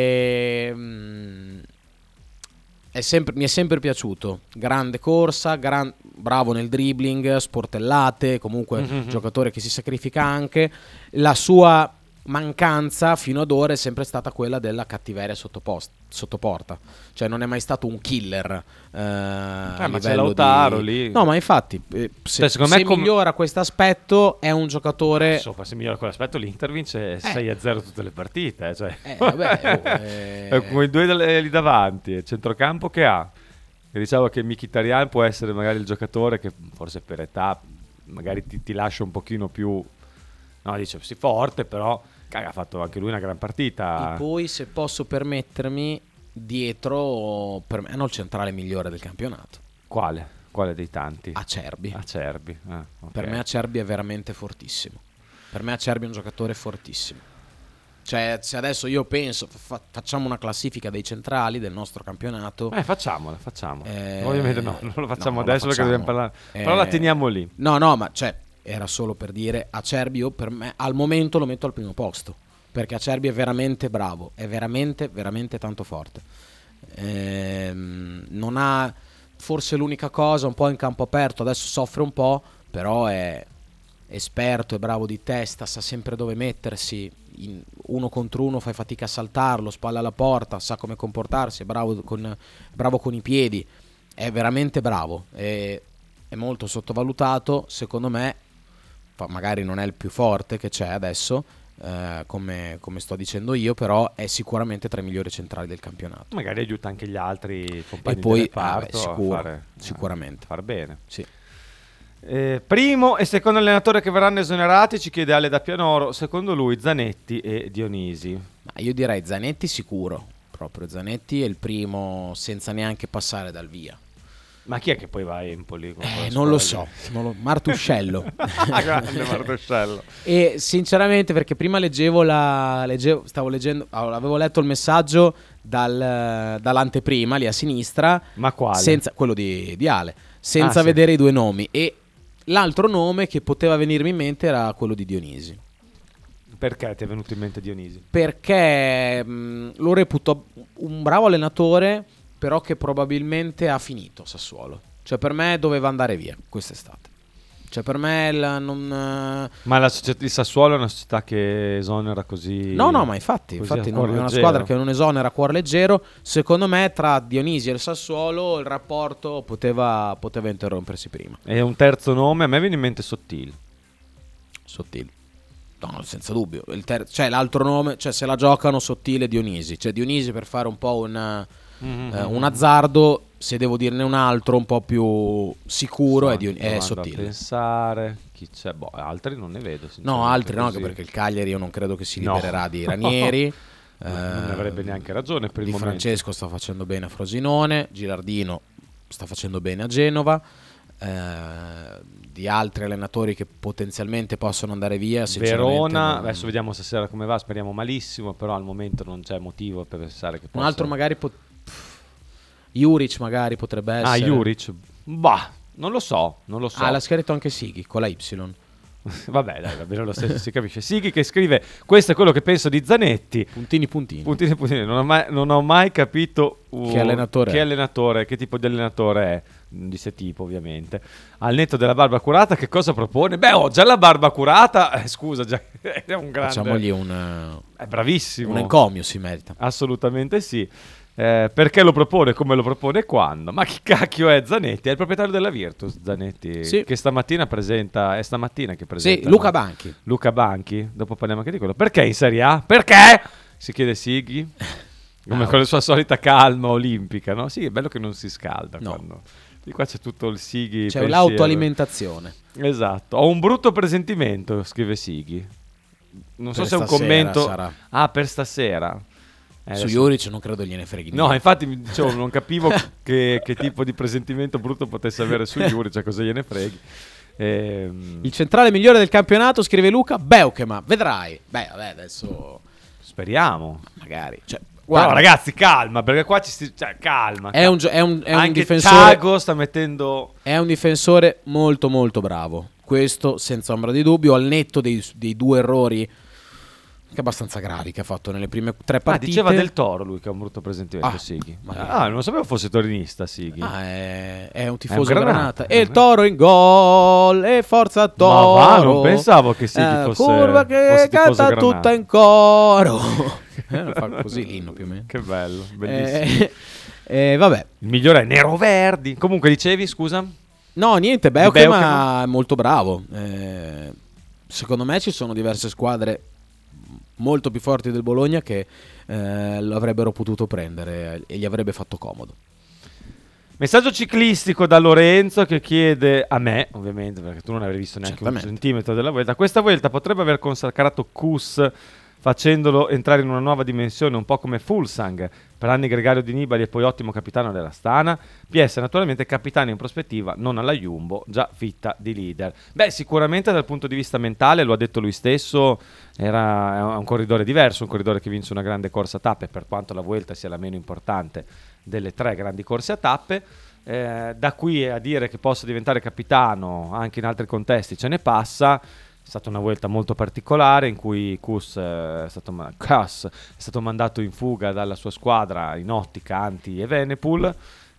Mi è sempre piaciuto. Grande corsa, bravo nel dribbling, sportellate, comunque giocatore che si sacrifica anche. La sua mancanza fino ad ora è sempre stata quella della cattiveria sotto porta, cioè non è mai stato un killer a ma c'è livello Lautaro lì. No, ma infatti se migliora questo aspetto è un giocatore. Insomma, se migliora quell'aspetto l'Inter vince 6-0 tutte le partite, cioè. Con i due lì davanti, il centrocampo che ha. E diciamo che Mkhitaryan può essere magari il giocatore che forse per età magari ti lascia un pochino più, no, dice sì, forte, però ha fatto anche lui una gran partita. E poi, se posso permettermi, dietro per me hanno il centrale migliore del campionato. Quale? Quale dei tanti? Acerbi. Okay. Per me Acerbi è veramente fortissimo. Per me Acerbi è un giocatore fortissimo. Cioè, se adesso io penso facciamo una classifica dei centrali del nostro campionato, facciamola. Ovviamente non lo facciamo adesso perché dobbiamo parlare. Però la teniamo lì. No, ma cioè era solo per dire Acerbi, io per me al momento lo metto al primo posto, perché Acerbi è veramente bravo, è veramente veramente tanto forte. Non ha, forse l'unica cosa un po' in campo aperto adesso soffre un po', però è esperto, è bravo di testa, sa sempre dove mettersi, in uno contro uno fai fatica a saltarlo, spalla alla porta, sa come comportarsi, è bravo con i piedi, è veramente bravo, è molto sottovalutato secondo me. Magari non è il più forte che c'è adesso, come sto dicendo io, però è sicuramente tra i migliori centrali del campionato. Magari aiuta anche gli altri compagni e poi, di reparto sicuramente a far bene. Sì. Primo e secondo allenatore che verranno esonerati, ci chiede Ale da Pianoro, secondo lui Zanetti e Dionisi. Ma io direi Zanetti sicuro, proprio Zanetti è il primo senza neanche passare dal via. Ma chi è che poi va a Empoli? Non lo so, Martuscello. Grande Martuscello. E sinceramente, perché prima stavo leggendo, avevo letto il messaggio dall'anteprima lì a sinistra. Ma quale? Quello di Ale, senza vedere i due nomi. E l'altro nome che poteva venirmi in mente era quello di Dionisi. Perché ti è venuto in mente Dionisi? Perché lo reputo un bravo allenatore, però che probabilmente ha finito Sassuolo. Cioè per me doveva andare via quest'estate. Cioè per me Ma la società di Sassuolo è una società che esonera così. No, ma infatti non è una squadra che non esonera a cuor leggero. Secondo me tra Dionisi e il Sassuolo il rapporto poteva interrompersi prima. E un terzo nome, a me viene in mente Sottil. No, senza dubbio. Cioè l'altro nome, cioè se la giocano Sottile e Dionisi. Cioè Dionisi per fare un po' un azzardo, se devo dirne un altro un po' più sicuro è Sottile. Pensare chi c'è, altri non ne vedo. No, altri no, anche perché il Cagliari io non credo che si libererà di Ranieri. Non ne avrebbe neanche ragione per il momento. Francesco sta facendo bene a Frosinone, Gilardino sta facendo bene a Genova. Di altri allenatori che potenzialmente possono andare via, Verona adesso vediamo stasera come va, speriamo malissimo, però al momento non c'è motivo per pensare che possa. Un altro magari Juric magari potrebbe essere. Juric, non lo so. L'ha scritto anche Sighi con la Y. Vabbè, dai, va bene lo stesso, si capisce. Sighi che scrive: questo è quello che penso di Zanetti. Puntini. Non ho mai capito che allenatore, che tipo di allenatore è. Di sé tipo, ovviamente. Al netto della barba curata, che cosa propone? Già la barba curata, scusa, già è un grande. Facciamogli è bravissimo. Un encomio si merita. Assolutamente sì. Perché lo propone, come lo propone, quando? Ma chi cacchio è Zanetti? È il proprietario della Virtus, Zanetti, sì. Che stamattina presenta. È stamattina che presenta. Sì, Luca Banchi. Dopo parliamo anche di quello. Perché in Serie A? Perché? Si chiede Sighi. Come con la sua solita calma olimpica, no? Sì, è bello che non si scalda. No. Quando... Di qua c'è tutto il Sighi. C'è l'autoalimentazione. Esatto. Ho un brutto presentimento, scrive Sighi. non so Per se è un stasera commento. sarà. Ah, per stasera. Su Adesso- Juric non credo gliene freghi No, niente. infatti mi dicevo, non capivo che tipo di presentimento brutto potesse avere su Juric, cioè cosa gliene freghi. Il centrale migliore del campionato, scrive Luca, Beukema, vedrai. Beh, vabbè, adesso Speriamo. magari. Cioè, Però guarda, ragazzi, calma, perché qua calma. è un Anche difensore. Thiago sta mettendo. È un difensore molto molto bravo. Questo senza ombra di dubbio, al netto dei 2 errori che abbastanza gravi che ha fatto nelle prime 3 partite. Diceva del Toro lui che ha un brutto presentimento, Ah, Sighi. ma- Non sapevo fosse torinista, Sighi. È un tifoso Granata, Granata. è E un il Toro in gol. E forza Toro. va, non pensavo che Sighi fosse- curva fosse che tifoso canta Granata. tutta in coro. Fa così l'inno più o meno. Che bello, bellissimo. Vabbè. Il migliore è Nero Verdi. Comunque dicevi, scusa? No, niente, Beukema. Beukema è molto bravo. Secondo me ci sono diverse squadre molto più forti del Bologna che lo avrebbero potuto prendere e gli avrebbe fatto comodo. Messaggio ciclistico da Lorenzo che chiede a me, ovviamente, perché tu non avrei visto neanche Certamente. un centimetro della Vuelta. Questa Vuelta potrebbe aver consacrato Kuss facendolo entrare in una nuova dimensione, un po' come Fulsang, per anni gregario di Nibali e poi ottimo capitano dell'Astana. PS naturalmente capitano in prospettiva, non alla Jumbo, già fitta di leader. Beh, sicuramente dal punto di vista mentale, lo ha detto lui stesso, è un corridore diverso, un corridore che vince una grande corsa a tappe, per quanto la Vuelta sia la meno importante delle 3 grandi corse a tappe. Da qui a dire che possa diventare capitano anche in altri contesti ce ne passa. È stata una Vuelta molto particolare in cui Kuss è stato mandato in fuga dalla sua squadra in ottica Anti e Evenepoel.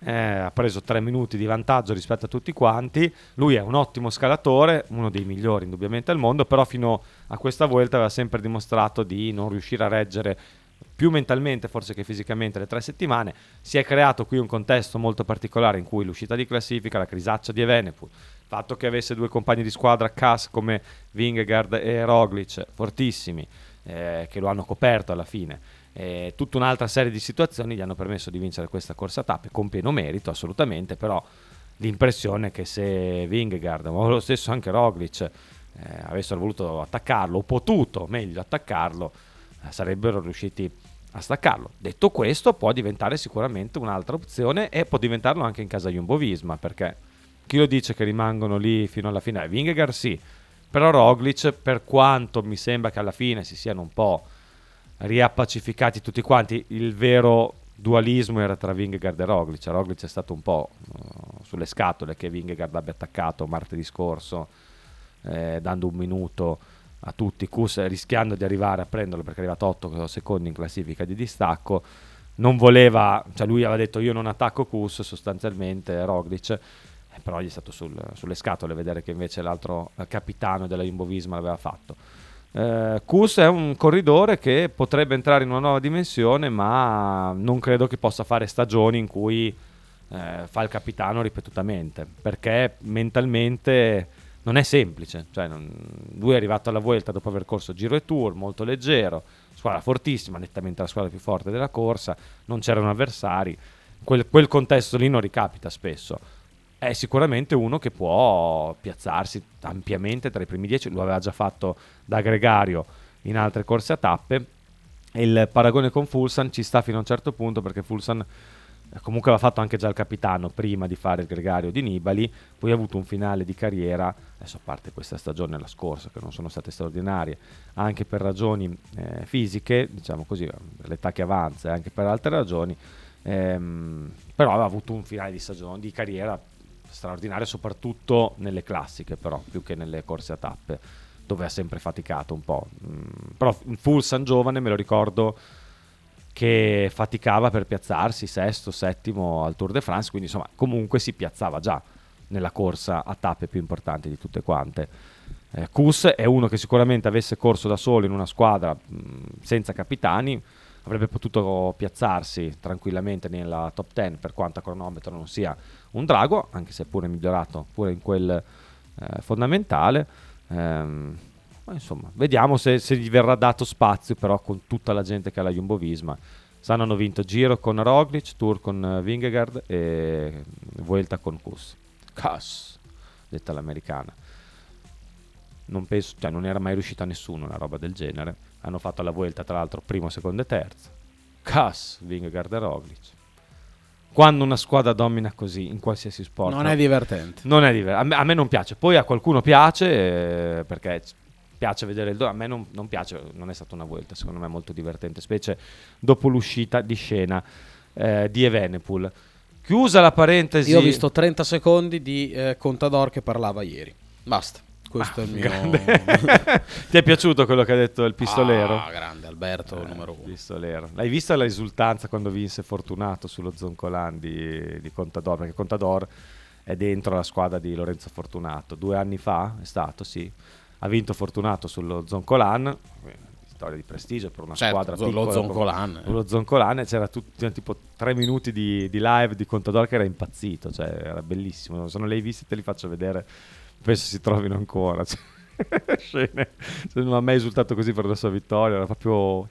Ha preso 3 minuti di vantaggio rispetto a tutti quanti. Lui è un ottimo scalatore, uno dei migliori indubbiamente al mondo, però fino a questa Vuelta aveva sempre dimostrato di non riuscire a reggere più mentalmente forse che fisicamente le 3 settimane. Si è creato qui un contesto molto particolare in cui l'uscita di classifica, la crisaccia di Evenepoel, il fatto che avesse 2 compagni di squadra Kass come Vingegaard e Roglic fortissimi, che lo hanno coperto alla fine, tutta un'altra serie di situazioni gli hanno permesso di vincere questa corsa a tappe con pieno merito assolutamente. Però l'impressione è che se Vingegaard ma lo stesso anche Roglic avessero voluto attaccarlo o potuto meglio attaccarlo, sarebbero riusciti a staccarlo. Detto questo, può diventare sicuramente un'altra opzione e può diventarlo anche in casa Jumbo-Visma, perché chi lo dice che rimangono lì fino alla fine? Vingegaard sì, però Roglic, per quanto mi sembra che alla fine si siano un po' riappacificati tutti quanti, il vero dualismo era tra Vingegaard e Roglic. Roglic è stato un po' sulle scatole che Vingegaard abbia attaccato martedì scorso, dando un minuto a tutti, Kuss rischiando di arrivare a prenderlo perché è arrivato 8 secondi in classifica di distacco. Non voleva, cioè lui aveva detto io non attacco Kuss sostanzialmente, Roglic, però gli è stato sulle scatole vedere che invece l'altro capitano della Jumbo-Visma l'aveva fatto. Kuss è un corridore che potrebbe entrare in una nuova dimensione, ma non credo che possa fare stagioni in cui fa il capitano ripetutamente, perché mentalmente non è semplice. Cioè, lui è arrivato alla Vuelta dopo aver corso Giro e Tour, molto leggero, squadra fortissima, nettamente la squadra più forte della corsa, non c'erano avversari, quel contesto lì non ricapita spesso. È sicuramente uno che può piazzarsi ampiamente tra i primi 10, lo aveva già fatto da gregario in altre corse a tappe, e il paragone con Fulsan ci sta fino a un certo punto, perché Fulsan comunque aveva fatto anche già il capitano prima di fare il gregario di Nibali, poi ha avuto un finale di carriera, adesso a parte questa stagione e la scorsa che non sono state straordinarie, anche per ragioni fisiche, diciamo così, per l'età che avanza e anche per altre ragioni, però aveva avuto un finale di stagione di carriera straordinario, soprattutto nelle classiche, però più che nelle corse a tappe dove ha sempre faticato un po'. Però Fulsan giovane me lo ricordo che faticava per piazzarsi sesto, settimo al Tour de France, quindi insomma comunque si piazzava già nella corsa a tappe più importanti di tutte quante. Kuss è uno che sicuramente avesse corso da solo in una squadra senza capitani avrebbe potuto piazzarsi tranquillamente nella top 10, per quanto a cronometro non sia un drago, anche se pure migliorato pure in quel fondamentale. Insomma, vediamo se gli verrà dato spazio, però con tutta la gente che ha la Jumbo-Visma. Sanno hanno vinto Giro con Roglic, Tour con Vingegaard e Vuelta con Kuss, detta l'americana. non penso, cioè non era mai riuscito a nessuno una roba del genere. Hanno fatto la Vuelta tra l'altro primo, secondo e terzo. Kass, Vingegaard e Roglic. Quando una squadra domina così in qualsiasi sport Non è divertente. non è divertente. A me non piace, poi a qualcuno piace, perché piace vedere a me non piace, non è stata una Vuelta secondo me molto divertente, specie dopo l'uscita di scena di Evenepoel. Chiusa la parentesi. Io ho visto 30 secondi di Contador che parlava ieri. Basta. Questo è il mio grande. Ti è piaciuto quello che ha detto il pistolero? Grande Alberto, numero uno. Pistolero. L'hai vista la risultanza quando vinse Fortunato sullo Zoncolan di Contador? Perché Contador è dentro la squadra di Lorenzo Fortunato. 2 anni fa è stato, sì. Ha vinto Fortunato sullo Zoncolan, storia di prestigio per una squadra piccola. Lo Zoncolan, c'era tipo 3 minuti di live di Contador che era impazzito, cioè era bellissimo. Se non li hai visti te li faccio vedere, penso si trovino ancora. Scene. Non ha mai esultato così per la sua vittoria, era proprio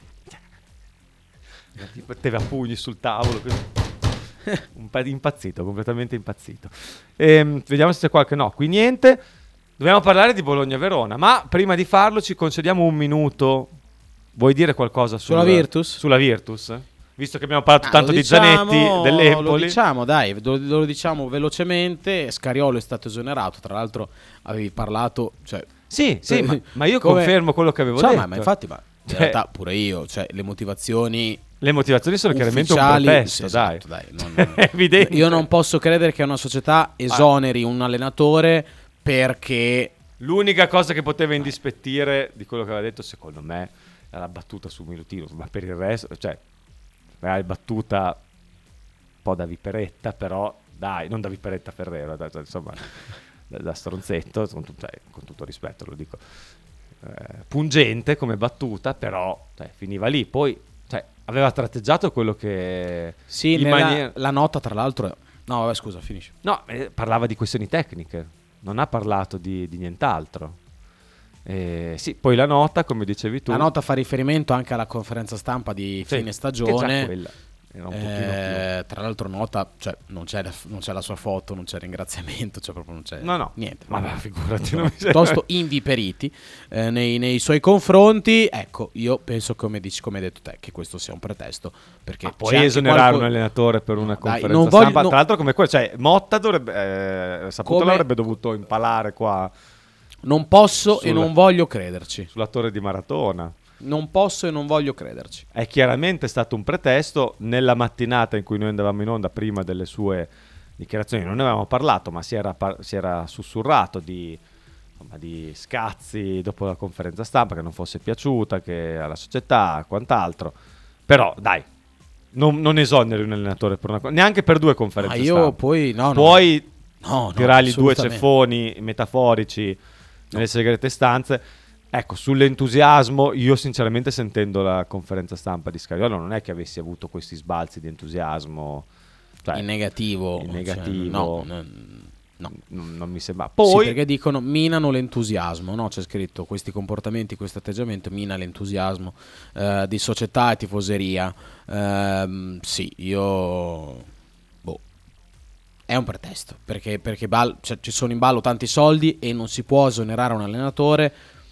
tipo teve a pugni sul tavolo così. Impazzito, completamente impazzito. Vediamo se c'è qualche no. Qui niente. Dobbiamo parlare di Bologna-Verona, ma prima di farlo ci concediamo un minuto. Vuoi dire qualcosa sulla Virtus? Sulla Virtus? Visto che abbiamo parlato tanto di Zanetti, dell'Empoli. Lo diciamo, dai, lo diciamo velocemente. Scariolo è stato esonerato, tra l'altro avevi parlato, cioè, sì, ma io confermo quello che avevo detto. Ma infatti, in realtà pure io, cioè, le motivazioni sono chiaramente un pretesto, sì, dai. esatto, dai, è evidente. Io non posso credere che una società esoneri un allenatore perché l'unica cosa che poteva indispettire di quello che aveva detto, secondo me, era la battuta su Milutino, ma per il resto, cioè, la battuta un po' da viperetta, però dai, non da viperetta Ferrero, insomma, da stronzetto, con tutto rispetto lo dico, pungente come battuta, però finiva lì. Poi aveva tratteggiato quello che sì, la nota tra l'altro no, vabbè, scusa, finisci. No, parlava di questioni tecniche, non ha parlato di nient'altro. Sì, poi la nota, come dicevi tu, la nota fa riferimento anche alla conferenza stampa di fine stagione. Quella era un pochino più. Tra l'altro nota, cioè, non c'è la sua foto, non c'è ringraziamento, cioè proprio non c'è niente. Ma figurati, piuttosto inviperiti nei suoi confronti. Ecco, io penso, come hai detto te, che questo sia un pretesto, perché poi esonerare un allenatore per una conferenza stampa, tra l'altro come quella, cioè Motta dovrebbe saputo l'avrebbe dovuto impalare qua. Non posso e non voglio crederci. Sull'attore di Maratona. Non posso e non voglio crederci. È chiaramente stato un pretesto. Nella mattinata in cui noi andavamo in onda, prima delle sue dichiarazioni, non ne avevamo parlato, ma si era sussurrato di scazzi dopo la conferenza stampa, che non fosse piaciuta, che alla società, quant'altro. Però dai, non esoneri un allenatore per neanche per 2 conferenze stampa. Io poi puoi tirargli 2 ceffoni metaforici nelle segrete stanze. Ecco, sull'entusiasmo, io sinceramente, sentendo la conferenza stampa di Scariolo, non è che avessi avuto questi sbalzi di entusiasmo, in negativo. Cioè, no. Non mi sembra. Poi, sì, perché dicono minano l'entusiasmo, no? C'è scritto questi comportamenti, questo atteggiamento mina l'entusiasmo di società e tifoseria. Sì, io è un pretesto, perché ci sono in ballo tanti soldi e non si può esonerare un allenatore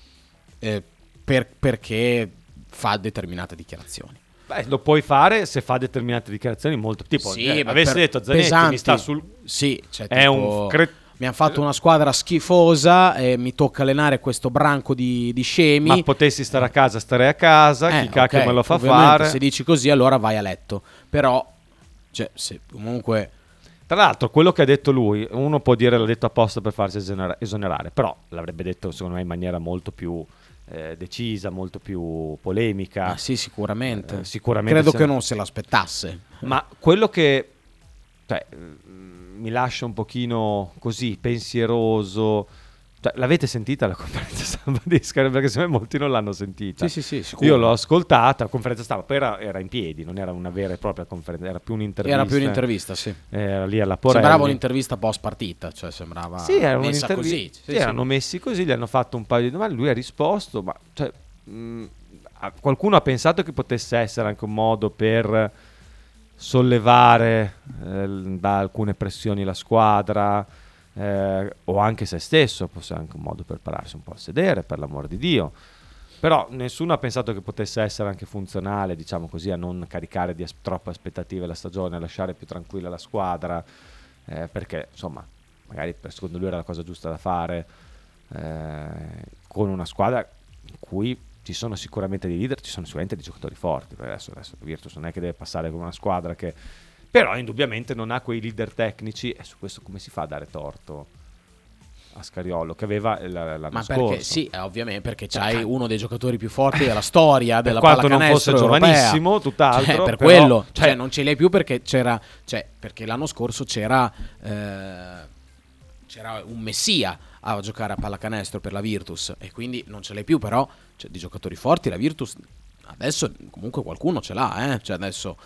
perché fa determinate dichiarazioni. Beh, lo puoi fare se fa determinate dichiarazioni molto tipo avessi detto Zanetti pesanti, mi sta sul cioè, è tipo, mi hanno fatto una squadra schifosa e mi tocca allenare questo branco di scemi. Ma potessi stare a casa, starei a casa, chi cacchio me lo fa fare? Se dici così allora vai a letto, però se comunque. Tra l'altro, quello che ha detto lui, uno può dire l'ha detto apposta per farsi esonerare, però l'avrebbe detto secondo me in maniera molto più decisa, molto più polemica. Sì, sicuramente. Credo che non se l'aspettasse. Ma quello che mi lascia un pochino così pensieroso. L'avete sentita la conferenza stampa di Sky? Perché secondo me molti non l'hanno sentita. Sì, sicuro. Io l'ho ascoltata, la conferenza stampa, poi era in piedi, non era una vera e propria conferenza, era più un'intervista. Sì. Era lì alla Porelli. Sembrava un'intervista post partita, cioè sembrava era messa così. Sì, erano messi così, gli hanno fatto un paio di domande, lui ha risposto, ma qualcuno ha pensato che potesse essere anche un modo per sollevare da alcune pressioni la squadra. o anche se stesso, fosse anche un modo per pararsi un po' a sedere, per l'amor di Dio. Però nessuno ha pensato che potesse essere anche funzionale, diciamo così, a non caricare di troppe aspettative la stagione, a lasciare più tranquilla la squadra, perché insomma magari secondo lui era la cosa giusta da fare, con una squadra in cui ci sono sicuramente dei leader, ci sono sicuramente dei giocatori forti. Perché adesso Virtus non è che deve passare come una squadra che però indubbiamente non ha quei leader tecnici, e su questo come si fa a dare torto a Scariolo che aveva l'anno Ma scorso? perché sì, ovviamente perché c'hai uno dei giocatori più forti della storia della quanto non pallacanestro fosse europea. giovanissimo, tutt'altro, per però, quello, cioè non ce l'hai più perché c'era, cioè perché l'anno scorso c'era un messia a giocare a pallacanestro per la Virtus e quindi non ce l'hai più, però cioè, di giocatori forti la Virtus adesso comunque qualcuno ce l'ha, cioè adesso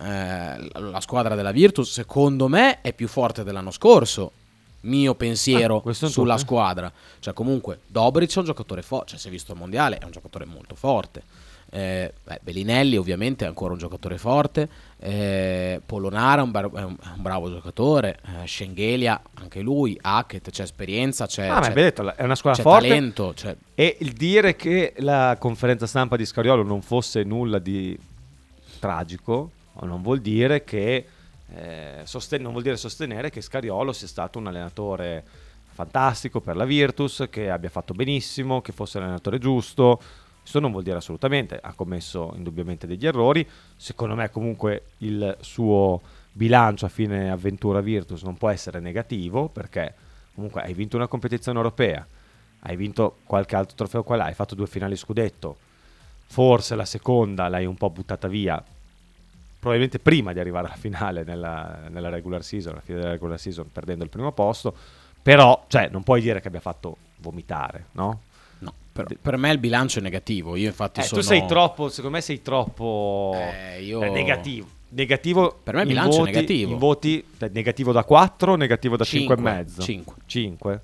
la squadra della Virtus secondo me è più forte dell'anno scorso, mio pensiero sulla squadra, cioè comunque Dobric è un giocatore forte, cioè si è visto il mondiale, è un giocatore molto forte, Bellinelli ovviamente è ancora un giocatore forte, Polonara è un bravo giocatore, Schengelia anche lui, Hackett, c'è esperienza, c'è detto, è una squadra c'è forte, talento, c'è... E il dire che la conferenza stampa di Scariolo non fosse nulla di tragico non vuol dire che non vuol dire sostenere che Scariolo sia stato un allenatore fantastico per la Virtus, che abbia fatto benissimo, che fosse l'allenatore giusto. Questo non vuol dire assolutamente, ha commesso indubbiamente degli errori. Secondo me comunque il suo bilancio a fine avventura Virtus non può essere negativo, perché comunque hai vinto una competizione europea, hai vinto qualche altro trofeo qua là, hai fatto 2 finali scudetto, forse la seconda l'hai un po' buttata via, probabilmente prima di arrivare alla finale nella regular season, alla fine della regular season, perdendo il primo posto, però cioè, non puoi dire che abbia fatto vomitare, no? No, per me il bilancio è negativo. Io infatti tu sei troppo, secondo me sei troppo negativo. Negativo per me il bilancio è negativo. In voti negativo da 4, negativo da 5,5. 5.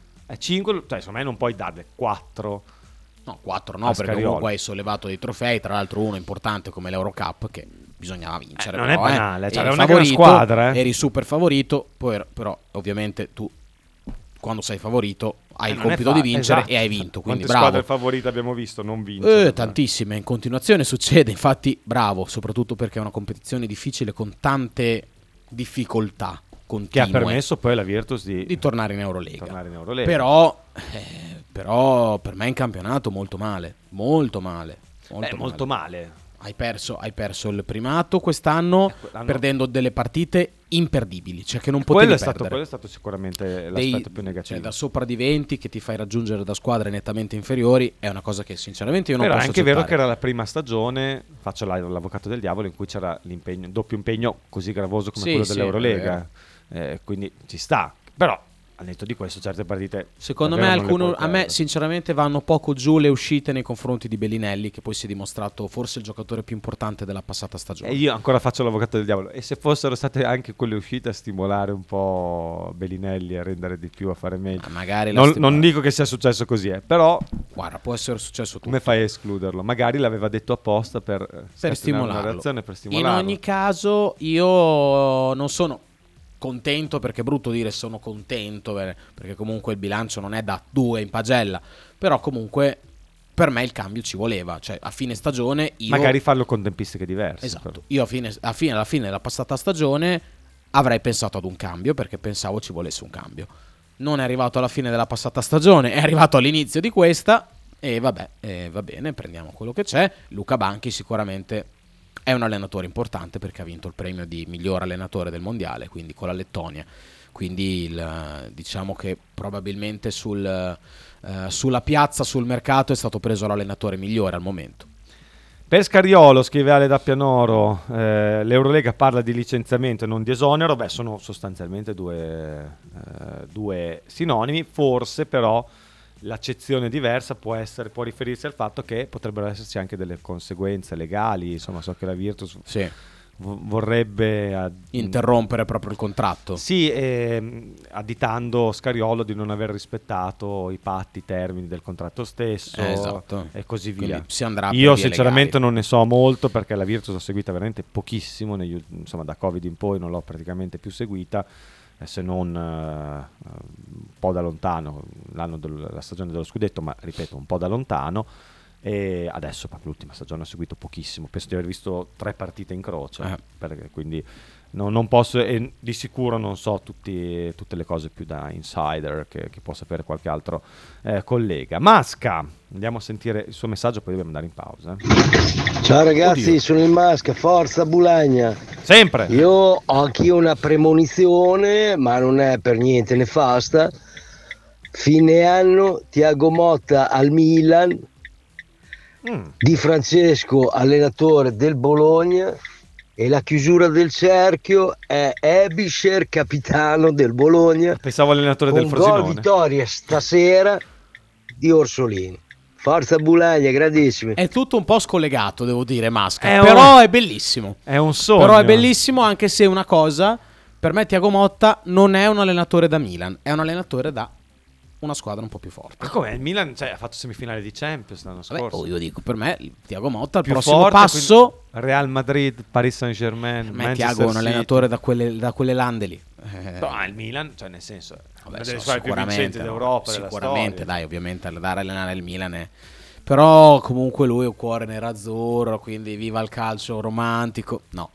5, cioè secondo me non puoi darle 4. No, 4 no, perché comunque hai sollevato dei trofei, tra l'altro uno importante come l'Eurocup che bisognava vincere. Non però, è banale, cioè eri una gran squadra. Eri super favorito, poi però ovviamente tu quando sei favorito hai il compito di vincere, esatto. E hai vinto, quindi quante bravo. Squadre favorite abbiamo visto non vincere? Tantissime, in continuazione succede, infatti bravo, soprattutto perché è una competizione difficile con tante difficoltà continue. Che ha permesso poi alla Virtus di tornare in Eurolega. Però per me in campionato molto male. Molto male. Hai perso il primato quest'anno, perdendo delle partite imperdibili, cioè che non potevi perdere. Quello è stato sicuramente l'aspetto più negativo. Cioè da sopra di 20 che ti fai raggiungere da squadre nettamente inferiori è una cosa che sinceramente io non Però posso accettare. Però è anche accettare. vero che era la prima stagione, faccio l'avvocato del diavolo, in cui c'era l'impegno, doppio impegno così gravoso come quello dell'Eurolega, quindi ci sta. Però al netto di questo certe partite secondo me a me sinceramente vanno poco giù le uscite nei confronti di Bellinelli, che poi si è dimostrato forse il giocatore più importante della passata stagione. E io ancora faccio l'avvocato del diavolo, e se fossero state anche quelle uscite a stimolare un po' Bellinelli a rendere di più, a fare meglio, magari non dico che sia successo così, però guarda, può essere successo tutto. Come fai a escluderlo? Magari l'aveva detto apposta per stimolarlo. Una reazione, per stimolarlo. In ogni caso io non sono contento, perché è brutto dire sono contento, perché comunque il bilancio non è da 2 in pagella, però comunque per me il cambio ci voleva, cioè a fine stagione magari farlo con tempistiche diverse. Esatto, però. io alla fine della passata stagione avrei pensato ad un cambio, perché pensavo ci volesse un cambio. Non è arrivato alla fine della passata stagione, è arrivato all'inizio di questa e va bene, prendiamo quello che c'è. Luca Banchi sicuramente è un allenatore importante, perché ha vinto il premio di miglior allenatore del mondiale, quindi con la Lettonia. Quindi diciamo che probabilmente sulla piazza, sul mercato, è stato preso l'allenatore migliore al momento. Per Scariolo, scrive Ale da Pianoro, l'Eurolega parla di licenziamento e non di esonero. Beh, sono sostanzialmente due sinonimi. Forse però l'accezione diversa può riferirsi al fatto che potrebbero esserci anche delle conseguenze legali. Insomma, so che la Virtus vorrebbe interrompere proprio il contratto. Sì, additando Scariolo di non aver rispettato i patti, i termini del contratto stesso, esatto. E così via. Quindi si andrà Io sinceramente non ne so molto, perché la Virtus ho seguita veramente pochissimo, da Covid in poi non l'ho praticamente più seguita, se non po' da lontano, la stagione dello scudetto, ma ripeto, un po' da lontano. E adesso proprio l'ultima stagione ho seguito pochissimo, penso di aver visto 3 partite in croce, quindi non posso, e di sicuro non so tutte le cose più da insider che può sapere qualche altro collega. Masca, andiamo a sentire il suo messaggio, poi dobbiamo andare in pausa. Ciao ragazzi, sono il Masca, forza Bulagna. Sempre. Io ho anch'io una premonizione, ma non è per niente nefasta. Fine anno, Thiago Motta al Milan, Di Francesco allenatore del Bologna, e la chiusura del cerchio è Ebischer capitano del Bologna. Pensavo allenatore del Frosinone. Con gol vittoria stasera di Orsolini. Forza Bulagna, grandissimi. È tutto un po' scollegato, devo dire, Masca, però è bellissimo. È un sogno. Però è bellissimo, anche se una cosa, per me Thiago Motta non è un allenatore da Milan, è un allenatore da una squadra un po' più forte. Ma come? Il Milan ha fatto semifinale di Champions l'anno scorso. Io dico, per me Thiago Motta al più prossimo forte, passo Real Madrid, Paris Saint-Germain, per me Thiago è un allenatore da quelle lande lì. No, il Milan, cioè nel senso, vabbè, delle squadre più vincenti d'Europa, sicuramente, dai, ovviamente dare allenare il Milan è... Però comunque lui è un cuore nerazzurro, quindi viva il calcio romantico. No.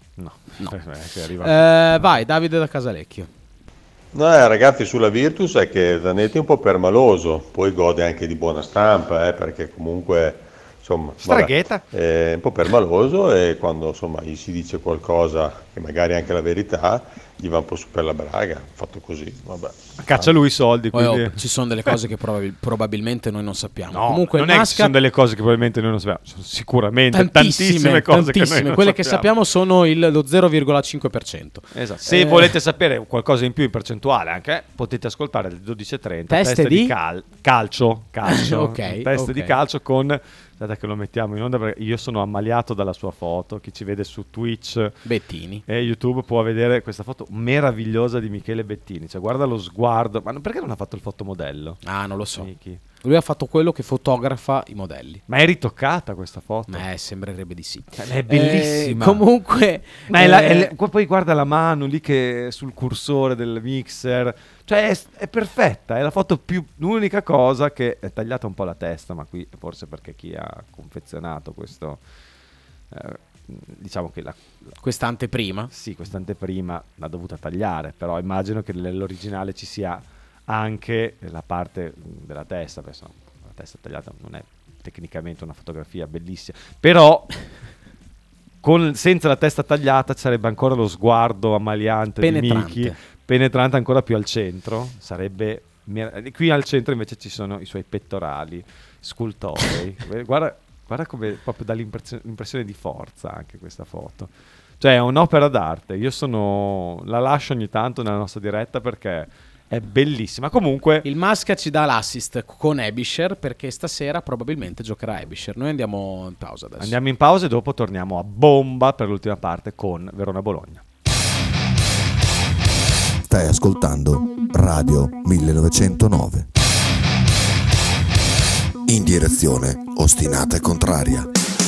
Vai, Davide da Casalecchio. No, ragazzi, sulla Virtus è che Zanetti è un po' permaloso, poi gode anche di buona stampa, perché comunque insomma Straghetta. È un po' permaloso, e quando insomma gli si dice qualcosa che magari è anche la verità, gli va un po' su per la braga, fatto così, vabbè. Caccia lui i soldi, quindi... ci sono delle cose che probabilmente noi non sappiamo. No, comunque non è che ci sono delle cose che probabilmente noi non sappiamo, sono sicuramente tantissime cose che noi non quelle sappiamo. che sappiamo sono lo 0,5%. Esatto. Se volete sapere qualcosa in più in percentuale, anche potete ascoltare alle 12:30 teste di calcio. Ok, teste di calcio con... Aspetta che lo mettiamo in onda, perché io sono ammaliato dalla sua foto. Chi ci vede su Twitch Bettini e YouTube può vedere questa foto meravigliosa di Michele Bettini. Cioè, guarda lo sguardo. Ma perché non ha fatto il fotomodello? Ah, non lo so. Miki? Lui ha fatto quello che fotografa i modelli. Ma è ritoccata questa foto? Sembrerebbe di sì. È bellissima. Comunque poi guarda la mano lì che sul cursore del mixer. Cioè è perfetta. È la foto più... L'unica cosa che è tagliata un po' la testa, ma qui forse perché chi ha confezionato questo... diciamo che questa anteprima? Sì, questa anteprima l'ha dovuta tagliare. Però immagino che nell'originale ci sia anche la parte della testa, perché la testa tagliata non è tecnicamente una fotografia bellissima, però senza la testa tagliata sarebbe ancora lo sguardo ammaliante di Miki, penetrante ancora più al centro, sarebbe qui al centro invece ci sono i suoi pettorali scultorei. guarda come proprio dà l'impressione di forza anche questa foto, cioè è un'opera d'arte. Io la lascio ogni tanto nella nostra diretta perché è bellissima. Comunque il Masca ci dà l'assist con Ebischer, perché stasera probabilmente giocherà Ebischer. Noi andiamo in pausa adesso. Andiamo in pausa e dopo torniamo a bomba per l'ultima parte con Verona-Bologna. Stai ascoltando Radio 1909. In direzione ostinata e contraria.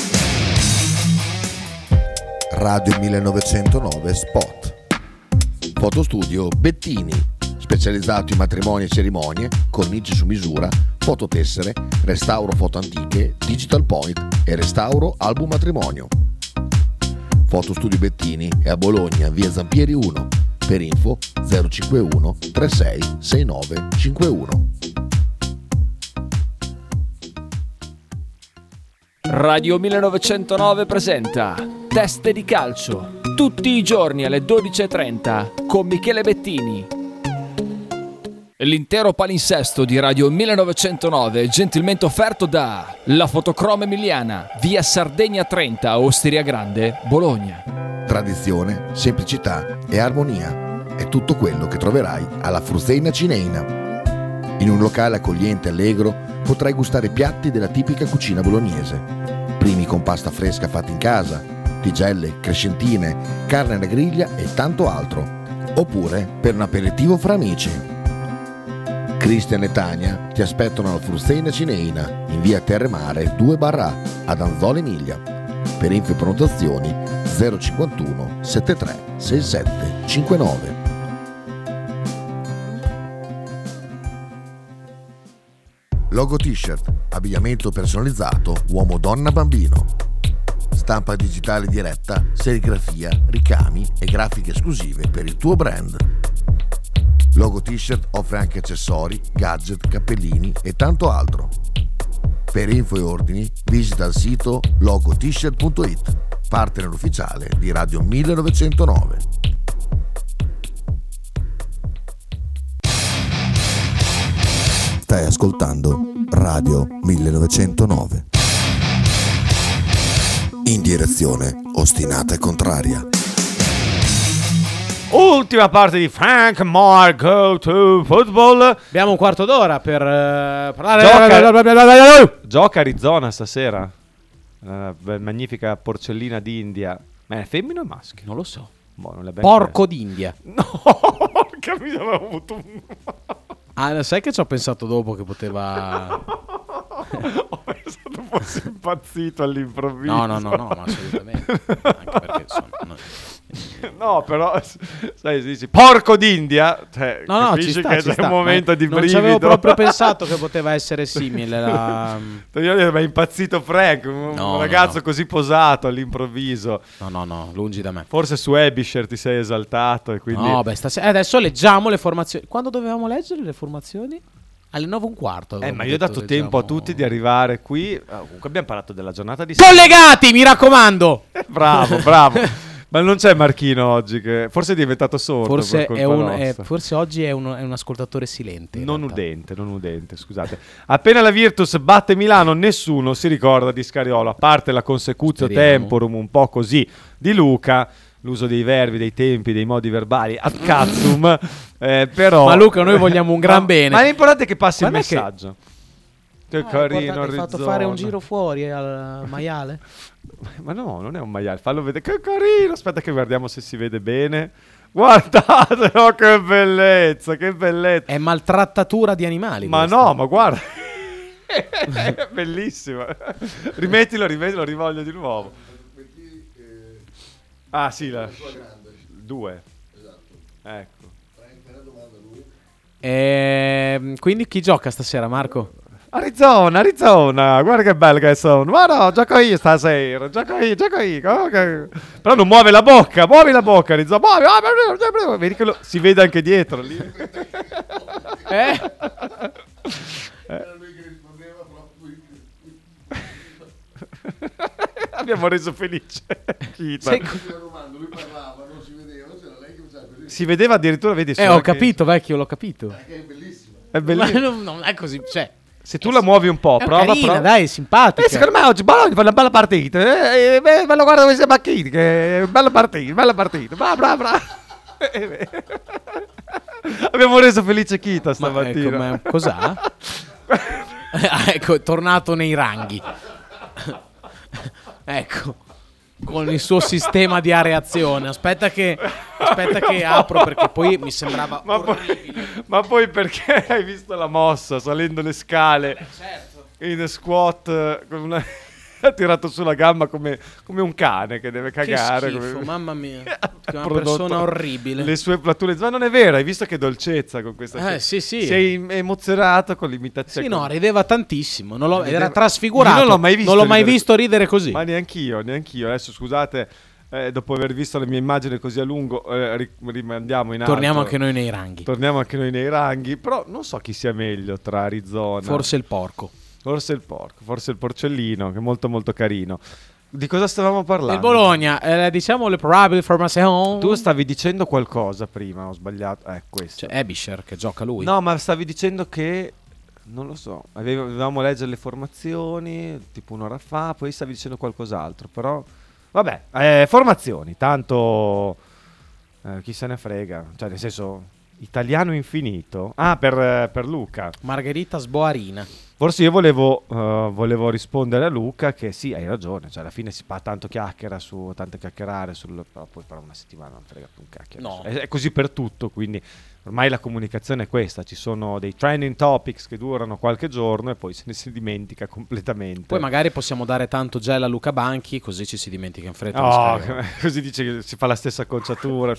Radio 1909 Spot. Fotostudio Bettini, specializzato in matrimoni e cerimonie, cornici su misura, fototessere, restauro foto antiche, digital point e restauro album matrimonio. Fotostudio Bettini è a Bologna, via Zampieri 1. Per info 051 36 69 51. Radio 1909 presenta Teste di calcio, tutti i giorni alle 12:30 con Michele Bettini. L'intero palinsesto di Radio 1909 gentilmente offerto da La Fotocroma Emiliana, via Sardegna 30, Osteria Grande, Bologna. Tradizione, semplicità e armonia è tutto quello che troverai alla Fruzeina Cineina. In un locale accogliente e allegro potrai gustare piatti della tipica cucina bolognese. Primi con pasta fresca fatta in casa, tigelle, crescentine, carne alla griglia e tanto altro. Oppure per un aperitivo fra amici. Cristian e Tania ti aspettano alla Fruzeina Cineina in via Terremare 2/A ad Anzola Emilia. Per info e prenotazioni 051 73 67 59. Logo t-shirt, abbigliamento personalizzato uomo-donna bambino. Stampa digitale diretta, serigrafia, ricami e grafiche esclusive per il tuo brand. Logo t-shirt offre anche accessori, gadget, cappellini e tanto altro. Per info e ordini visita il sito logotshirt.it, partner ufficiale di Radio 1909. Stai ascoltando Radio 1909. In direzione ostinata e contraria. Ultima parte di Frank Moore Go to Football. Abbiamo un quarto d'ora per parlare. Gioca Arizona stasera. Magnifica porcellina d'India. Ma è femmina o maschio? Non lo so. Boh, non l'è ben Porco d'India. No, porca miseria, avevo avuto un... Sai che ci ho pensato dopo che poteva... Ho pensato fosse impazzito all'improvviso. No, ma assolutamente. Anche perché no, però sai, si dici porco d'India, cioè, capisci che c'è un momento di brivido. Non ci avevo proprio pensato che poteva essere simile ma è impazzito Frank, un ragazzo così posato all'improvviso. No, lungi da me. Forse su Abisher ti sei esaltato e quindi... No, adesso leggiamo le formazioni. Quando dovevamo leggere le formazioni? Alle 9:15. Ma io ho dato tempo a tutti di arrivare qui. Comunque abbiamo parlato della giornata di... Collegati, mi raccomando! Bravo. Ma non c'è Marchino oggi, che forse è diventato sordo. Forse oggi è un ascoltatore silente. Non udente, scusate. Appena la Virtus batte Milano, nessuno si ricorda di Scariolo, a parte la consecutio temporum un po' così di Luca, l'uso dei verbi, dei tempi, dei modi verbali ad cazzum, però... Ma Luca, noi vogliamo un gran bene. Ma l'importante è che passi il messaggio. Che carino, hai fatto fare un giro fuori al maiale? Ma no, non è un maiale, fallo vedere. Che carino, aspetta che guardiamo se si vede bene. Guardatelo, che bellezza, che bellezza. È maltrattatura di animali. Ma questo. No, ma guarda. È bellissimo. Rimettilo, rivoglio di nuovo. Ah sì, 2. Ecco. Quindi chi gioca stasera, Marco? Arizona, guarda che bello che sono. Ma no, gioco io stasera, gioco io. Okay. Però non muove la bocca, Arizona. Vedi che si vede anche dietro lì. Abbiamo reso felice Kita. Lui parlava, non si vedeva, c'era lei che faceva così. Si vedeva addirittura, vedi. Ho capito, vecchio, l'ho capito. È bellissimo. È bellissimo. Ma non è così, cioè. Se tu la muovi un po', prova. Carina, dai, simpatica. Secondo me oggi Bologna fa una bella partita. Bello, guarda come siamo acchiti. Bella partita. Brava. Abbiamo reso felice Kita stamattina. Ma cos'ha? Ecco, è tornato nei ranghi. Ecco, con il suo sistema di areazione. Aspetta che apro, perché poi mi sembrava ma poi perché hai visto la mossa salendo le scale? Certo. In squat ha tirato sulla gamba come un cane che deve cagare. Che schifo, mamma mia, che una persona orribile. Le sue flatulenze. Ma non è vero, hai visto che dolcezza con questa sì. Sei emozionato con l'imitazione. Sì, no, rideva tantissimo. Era trasfigurato. Io non l'ho mai visto ridere così. Ma neanch'io. Adesso scusate, dopo aver visto le mie immagini così a lungo, rimandiamo in alto. Torniamo anche noi nei ranghi. Però non so chi sia meglio tra Arizona. Forse il porco. Forse il porcellino, che è molto molto carino. Di cosa stavamo parlando? Il Bologna, diciamo le probabili formazioni. Tu stavi dicendo qualcosa prima, ho sbagliato. Questo. C'è Abisher che gioca lui. No, ma stavi dicendo che... Non lo so, dovevamo leggere le formazioni tipo un'ora fa, poi stavi dicendo qualcos'altro, però... Vabbè, formazioni, tanto... chi se ne frega, cioè nel senso... Italiano infinito. Ah, per Luca. Margherita Sboarina. Forse io volevo rispondere a Luca che sì, hai ragione, cioè alla fine si fa tanto tante chiacchierare però poi per una settimana non frega più un cacchio. No. È così per tutto, quindi ormai la comunicazione è questa, ci sono dei trending topics che durano qualche giorno e poi se ne si dimentica completamente. Poi magari possiamo dare tanto gel a Luca Banchi, così ci si dimentica in fretta. Così dice che si fa la stessa acconciatura.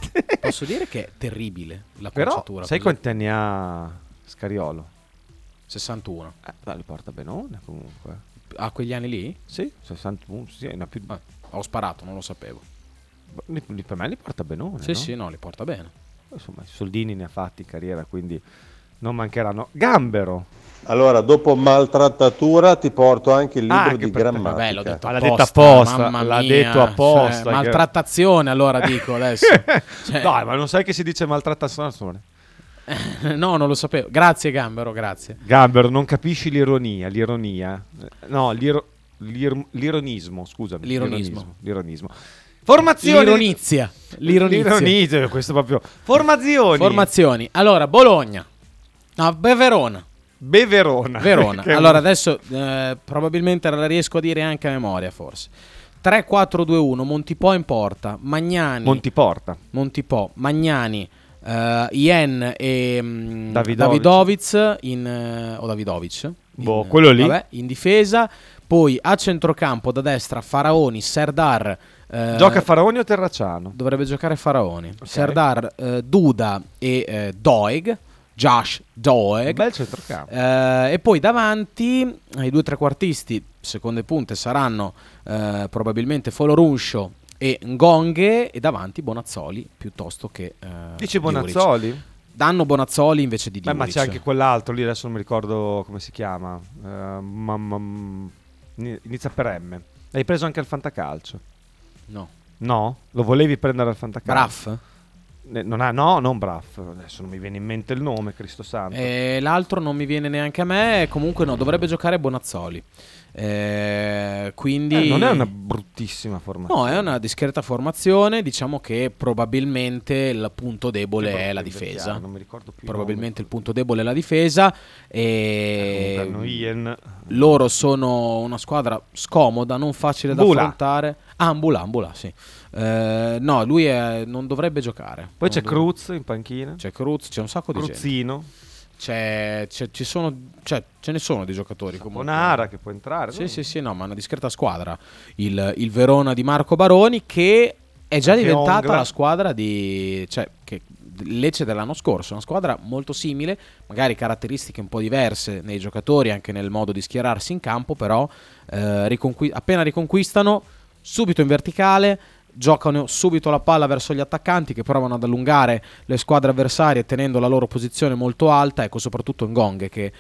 Posso dire che è terribile la però conciatura. Sai quanti anni ha Scariolo? 61. Li porta benone comunque. A quegli anni lì? Sì, 61, sì, ne ha più... Ho sparato, non lo sapevo. Per me li porta benone, Sì, no? sì, no, li porta bene. Insomma, soldini ne ha fatti in carriera, quindi non mancheranno. Gambero. Allora, dopo maltrattatura ti porto anche il libro di grammatica. Vabbè, l'ho detto l'ha apposta, detto apposta, mamma l'ha mia, detto apposta, cioè, maltrattazione, allora dico adesso. Dai, ma non sai che si dice maltrattazione? No, non lo sapevo. Grazie Gambero, grazie. Gambero, non capisci l'ironia. No, l'ironismo, scusami. L'ironismo. Formazioni. L'ironizia. Questo proprio. Formazioni. Allora, Bologna. No, Verona. Verona. Allora, adesso probabilmente la riesco a dire anche a memoria, forse. 3-4-2-1, Montipò in porta, Magnani. Montipò, Magnani, Ien e Davidovic o Davidovic. Quello lì. Vabbè, in difesa. Poi a centrocampo da destra Faraoni, Serdar. Gioca Faraoni o Terracciano? Dovrebbe giocare Faraoni. Okay. Serdar, Duda e Doeg. Josh Doeg. Bel centrocampo. E poi davanti i due trequartisti, seconde punte, saranno probabilmente Folorunscio e Ngonghe, e davanti Bonazzoli piuttosto che Dici Djuric. Bonazzoli? Danno Bonazzoli invece di Djuric. Ma c'è anche quell'altro lì, adesso non mi ricordo come si chiama. Inizia per M. L'hai preso anche al Fantacalcio? No? Lo volevi prendere al Fantacalcio? Braff? Non Braff. Adesso non mi viene in mente il nome, Cristo santo. L'altro non mi viene neanche a me. Comunque no, dovrebbe giocare Bonazzoli. Quindi non è una bruttissima formazione. No, è una discreta formazione. Diciamo che probabilmente il punto debole è la difesa. Non mi ricordo più. Probabilmente il punto debole è la difesa. Loro sono una squadra scomoda, non facile da affrontare. Ambula, sì. No, lui non dovrebbe giocare. Poi c'è Cruz in panchina. C'è un sacco di Cruzzino. gente. Ce ne sono dei giocatori comunque. Bonara che può entrare. Sì, no, ma una discreta squadra. Il Verona di Marco Baroni, che è già diventata la squadra che Lecce dell'anno scorso, una squadra molto simile, magari caratteristiche un po' diverse nei giocatori, anche nel modo di schierarsi in campo, però appena riconquistano, subito in verticale, giocano subito la palla verso gli attaccanti che provano ad allungare le squadre avversarie tenendo la loro posizione molto alta. Ecco, soprattutto Ngonghe che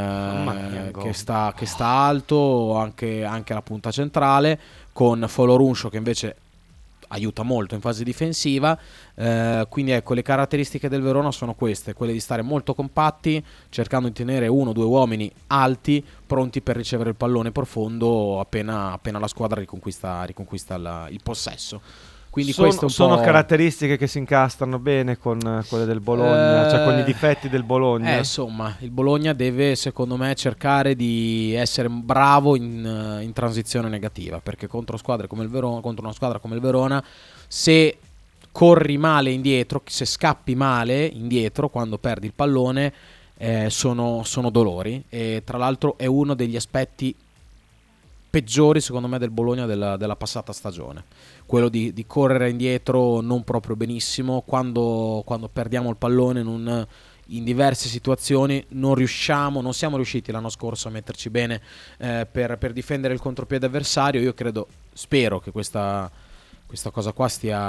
sta alto anche alla punta centrale, con Folorunscio che invece aiuta molto in fase difensiva. Quindi ecco, le caratteristiche del Verona sono queste, quelle di stare molto compatti, cercando di tenere 1 o 2 uomini alti pronti per ricevere il pallone profondo appena la squadra riconquista il possesso. Quindi sono caratteristiche che si incastrano bene con quelle del Bologna, cioè con i difetti del Bologna. Insomma, il Bologna deve, secondo me, cercare di essere bravo in transizione negativa, perché contro una squadra come il Verona, se corri male indietro, se scappi male indietro quando perdi il pallone, sono dolori. E tra l'altro è uno degli aspetti peggiori, secondo me, del Bologna della passata stagione, quello di correre indietro non proprio benissimo. Quando perdiamo il pallone in diverse situazioni non siamo riusciti l'anno scorso a metterci bene per difendere il contropiede avversario. Io spero che questa cosa qua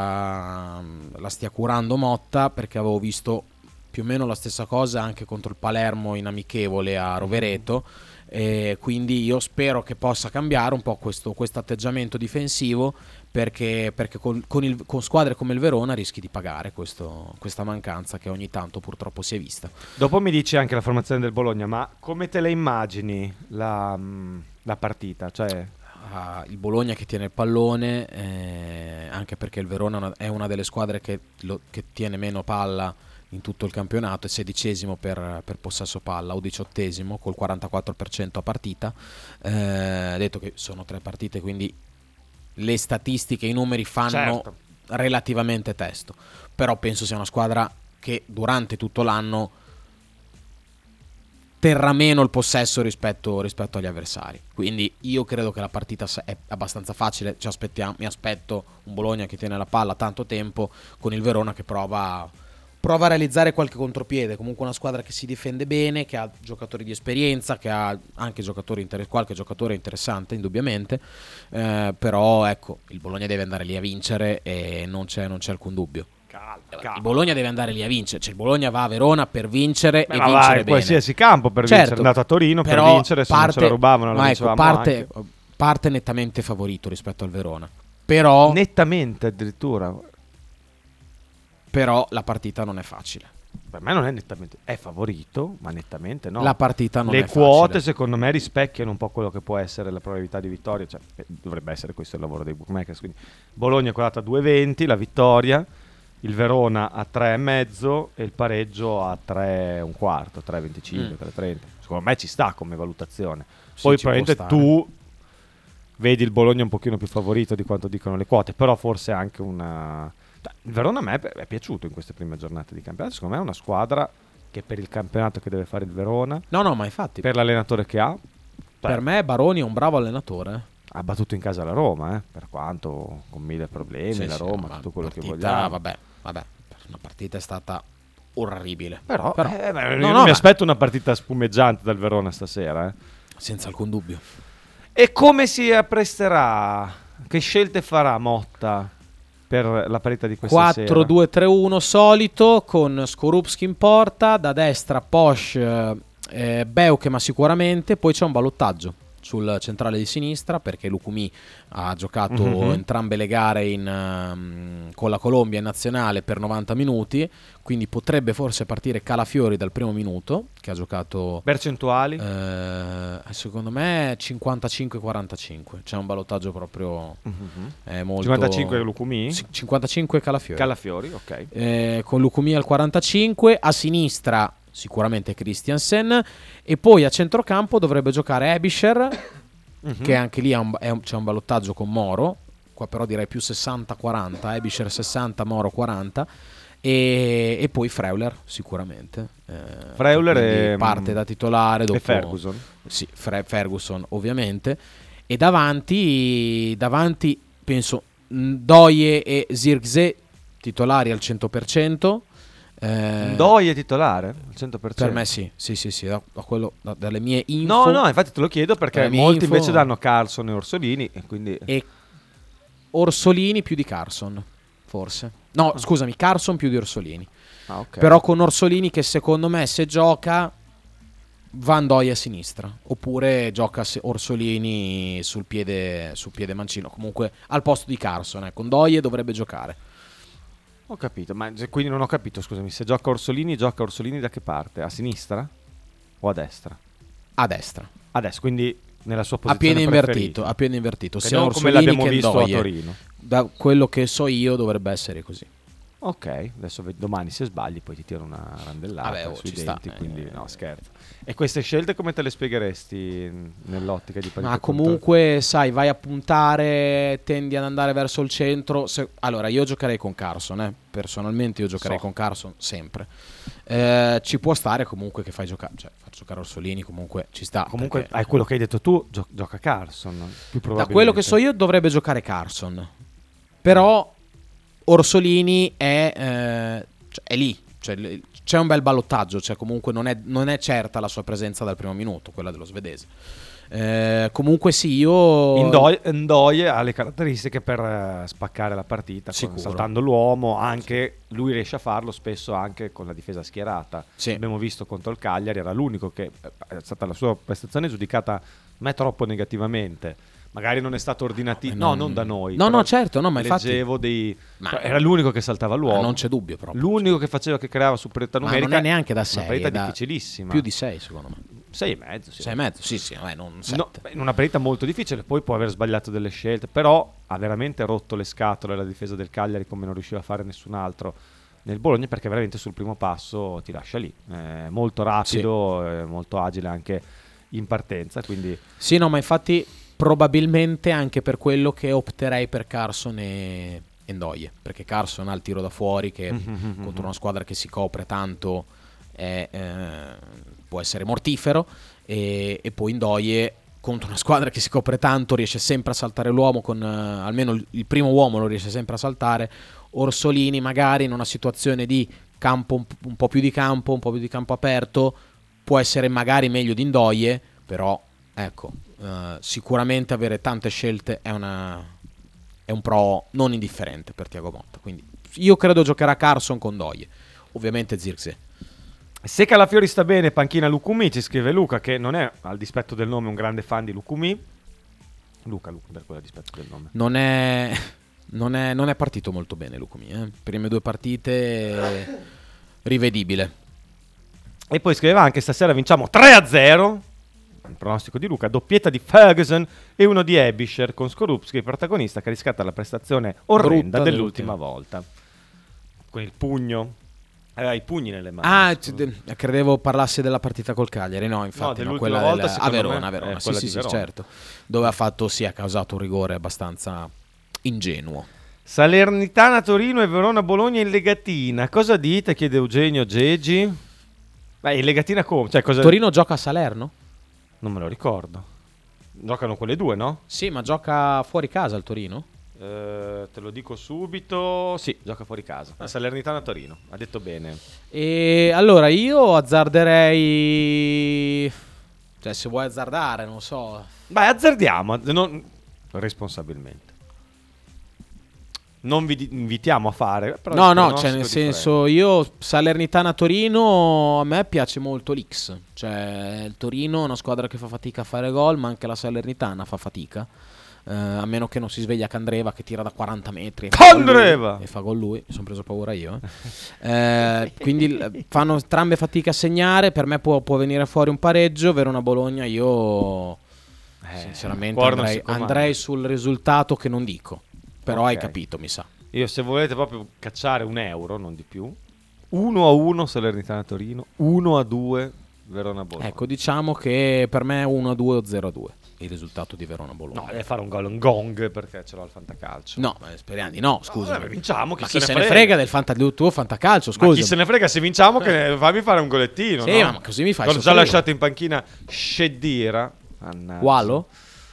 la stia curando Motta, perché avevo visto più o meno la stessa cosa anche contro il Palermo in amichevole a Rovereto. Quindi io spero che possa cambiare un po' questo atteggiamento difensivo, perché con squadre come il Verona rischi di pagare questa mancanza che ogni tanto purtroppo si è vista. Dopo mi dici anche la formazione del Bologna, ma come te la immagini la partita? Cioè il Bologna che tiene il pallone, anche perché il Verona è una delle squadre che tiene meno palla in tutto il campionato, è 16° per possesso palla o 18° col 44% a partita. Detto che sono 3 partite, quindi le statistiche, i numeri fanno relativamente testo, però penso sia una squadra che durante tutto l'anno terrà meno il possesso rispetto agli avversari. Quindi io credo che la partita è abbastanza facile. Mi aspetto un Bologna che tiene la palla tanto tempo, con il Verona che prova prova a realizzare qualche contropiede. Comunque una squadra che si difende bene, che ha giocatori di esperienza, che ha anche qualche giocatore interessante indubbiamente, però ecco, il Bologna deve andare lì a vincere e non c'è alcun dubbio. Il Bologna deve andare lì a vincere, cioè il Bologna va a Verona per vincere e vincere bene. Qualsiasi campo per vincere, è andato a Torino per vincere, se non ce la rubavano la dicevamo anche. Parte nettamente favorito rispetto al Verona, però nettamente addirittura. Però la partita non è facile. Per me non è nettamente, è favorito, ma nettamente no. La partita non è facile. Le quote secondo me rispecchiano un po' quello che può essere la probabilità di vittoria, cioè dovrebbe essere questo il lavoro dei bookmakers. Quindi Bologna è quotata a 2,20, la vittoria, il Verona a 3,5 e il pareggio a 3,15, 3,25, 3,30. Secondo me ci sta come valutazione. Poi probabilmente tu vedi il Bologna un pochino più favorito di quanto dicono le quote, però forse anche una... Il Verona a me è piaciuto in queste prime giornate di campionato. Secondo me è una squadra che per il campionato che deve fare il Verona, no, ma infatti per l'allenatore che ha, per me Baroni è un bravo allenatore. Ha battuto in casa la Roma, per quanto con 1000 problemi, la Roma, tutto quello che vogliamo. Vabbè, una partita è stata orribile. Però mi aspetto una partita spumeggiante dal Verona stasera. Senza alcun dubbio. E come si appresterà? Che scelte farà Motta per la parità di questa sera? 4-2-3-1 solito, con Skorupski in porta, da destra Posch, Beuke, ma sicuramente poi c'è un ballottaggio sul centrale di sinistra, perché Lukumi ha giocato entrambe le gare con la Colombia in nazionale per 90 minuti, quindi potrebbe forse partire Calafiori dal primo minuto, che ha giocato... Percentuali? Secondo me 55-45, c'è un ballottaggio proprio molto... 55 Lukumi? 55 Calafiori. Calafiori, ok. Con Lukumi al 45, a sinistra sicuramente Christiansen, e poi a centrocampo dovrebbe giocare Ebischer, che anche lì c'è un ballottaggio con Moro, qua però direi più 60-40, Ebischer 60, Moro 40, e poi Freuler sicuramente. Freuler parte da titolare dopo, e Ferguson. Sì, Ferguson ovviamente, e davanti penso Ndoye e Zirkzee titolari al 100%. Ndoye è titolare al 100%? Per me sì, dalle mie info. No, infatti te lo chiedo perché molti invece danno Carlson e Orsolini, e quindi... E Orsolini più di Carlson, forse. No, scusami, Carlson più di Orsolini. Okay. Però con Orsolini che secondo me se gioca va Ndoye a sinistra, oppure gioca Orsolini sul piede mancino, comunque al posto di Carlson, ecco, Ndoye dovrebbe giocare. Ho capito, ma quindi non ho capito, scusami, se gioca Orsolini da che parte? A sinistra o a destra? A destra. A destra, quindi nella sua posizione a piede invertito, sia non come l'abbiamo visto Ndoye. a Torino. Da quello che so io dovrebbe essere così. Ok, adesso domani se sbagli poi ti tiro una randellata sui denti, quindi no, scherzo. E queste scelte come te le spiegheresti nell'ottica di partita? Ma comunque, sai, vai a puntare, tendi ad andare verso il centro. Allora, io giocherei con Carlson, personalmente io giocherei con Carlson sempre. Ci può stare comunque che fai giocare, cioè far giocare Orsolini, comunque ci sta. Comunque perché... hai quello che hai detto tu, gioca Carlson, più probabilmente. Da quello che so io dovrebbe giocare Carlson. Però Orsolini è lì, cioè, c'è un bel ballottaggio, cioè comunque non è certa la sua presenza dal primo minuto, quella dello svedese. Comunque sì, io... Ndoye ha le caratteristiche per spaccare la partita, saltando l'uomo, anche lui riesce a farlo spesso anche con la difesa schierata. Sì. Abbiamo visto contro il Cagliari, era l'unico che è stata la sua prestazione giudicata me troppo negativamente. Magari non è stato ordinativo, non da noi. No, certo, no, ma infatti leggevo era l'unico che proprio l'uomo. Non c'è dubbio proprio. L'unico che creava superiorità numerica. Ma non è neanche da 6, una partita difficilissima. Più di 6 secondo me. 6,5. 6,5, sì, non 7. In una partita molto difficile, poi può aver sbagliato delle scelte, però ha veramente rotto le scatole la difesa del Cagliari come non riusciva a fare nessun altro nel Bologna, perché veramente sul primo passo ti lascia lì. Molto rapido, molto agile anche in partenza, quindi... Sì, no, ma infatti... Probabilmente anche per quello che opterei per Carlson e Ndoye, perché Carlson ha il tiro da fuori che contro una squadra che si copre tanto può essere mortifero, e poi Ndoye contro una squadra che si copre tanto riesce sempre a saltare l'uomo, almeno il primo uomo lo riesce sempre a saltare. Orsolini magari in una situazione di campo, un po' più di campo aperto, può essere magari meglio di Ndoye, però ecco, sicuramente avere tante scelte è un pro non indifferente per Thiago Motta, quindi io credo giocherà Carson con Ndoye, ovviamente Zirkzee. Se Calafiori sta bene, panchina Lukumi, ci scrive Luca, che non è, al dispetto del nome, un grande fan di Lukumi. Luca, per quello a dispetto del nome. Non è partito molto bene Lukumi, prime 2 partite rivedibile. E poi scriveva anche: stasera vinciamo 3-0. Il pronostico di Luca: doppietta di Ferguson e uno di Ebischer, con Skorupski protagonista, che riscatta la prestazione orrenda dell'ultima volta. Con il pugno. Aveva i pugni nelle mani. Credevo parlassi della partita col Cagliari. No, infatti, no, quella volta, a Verona. Verona. Sì, certo. Dove ha causato un rigore abbastanza ingenuo. Salernitana Torino e Verona Bologna in Legatina. Cosa dite? Chiede Eugenio Gegi. Beh, in Legatina come? Cioè, Torino gioca a Salerno? Non me lo ricordo. Giocano quelle 2, no? Sì, ma gioca fuori casa il Torino? Te lo dico subito. Sì, gioca fuori casa. Salernitana Torino. Ha detto bene. E allora io azzarderei. Cioè, se vuoi azzardare, non so. Beh, azzardiamo. Responsabilmente. Non vi invitiamo a fare. Però no, cioè nel senso, io Salernitana-Torino, a me piace molto l'X. Cioè, il Torino è una squadra che fa fatica a fare gol, ma anche la Salernitana fa fatica. A meno che non si sveglia Candreva che tira da 40 metri e fa gol lui. Mi sono preso paura io. Quindi fanno entrambe fatica a segnare. Per me può venire fuori un pareggio. Verona-Bologna, io sinceramente andrei sul risultato che non dico. Però okay. Hai capito, mi sa. Io, se volete proprio cacciare €1, non di più, 1-1 Salernitana-Torino, 1-2 Verona-Bologna. Ecco, diciamo che per me è 1-2 o 0-2 il risultato di Verona-Bologna. No, deve fare un gol, un gong, perché ce l'ho al fantacalcio. No, speriamo di no, scusa. Vinciamo, chi se ne frega del tuo fantacalcio, scusa. Ma chi se ne frega se vinciamo, che fammi fare un golettino, sì, no? ma così mi fai soffrire. Ho già lasciato in panchina Shedira. Walo?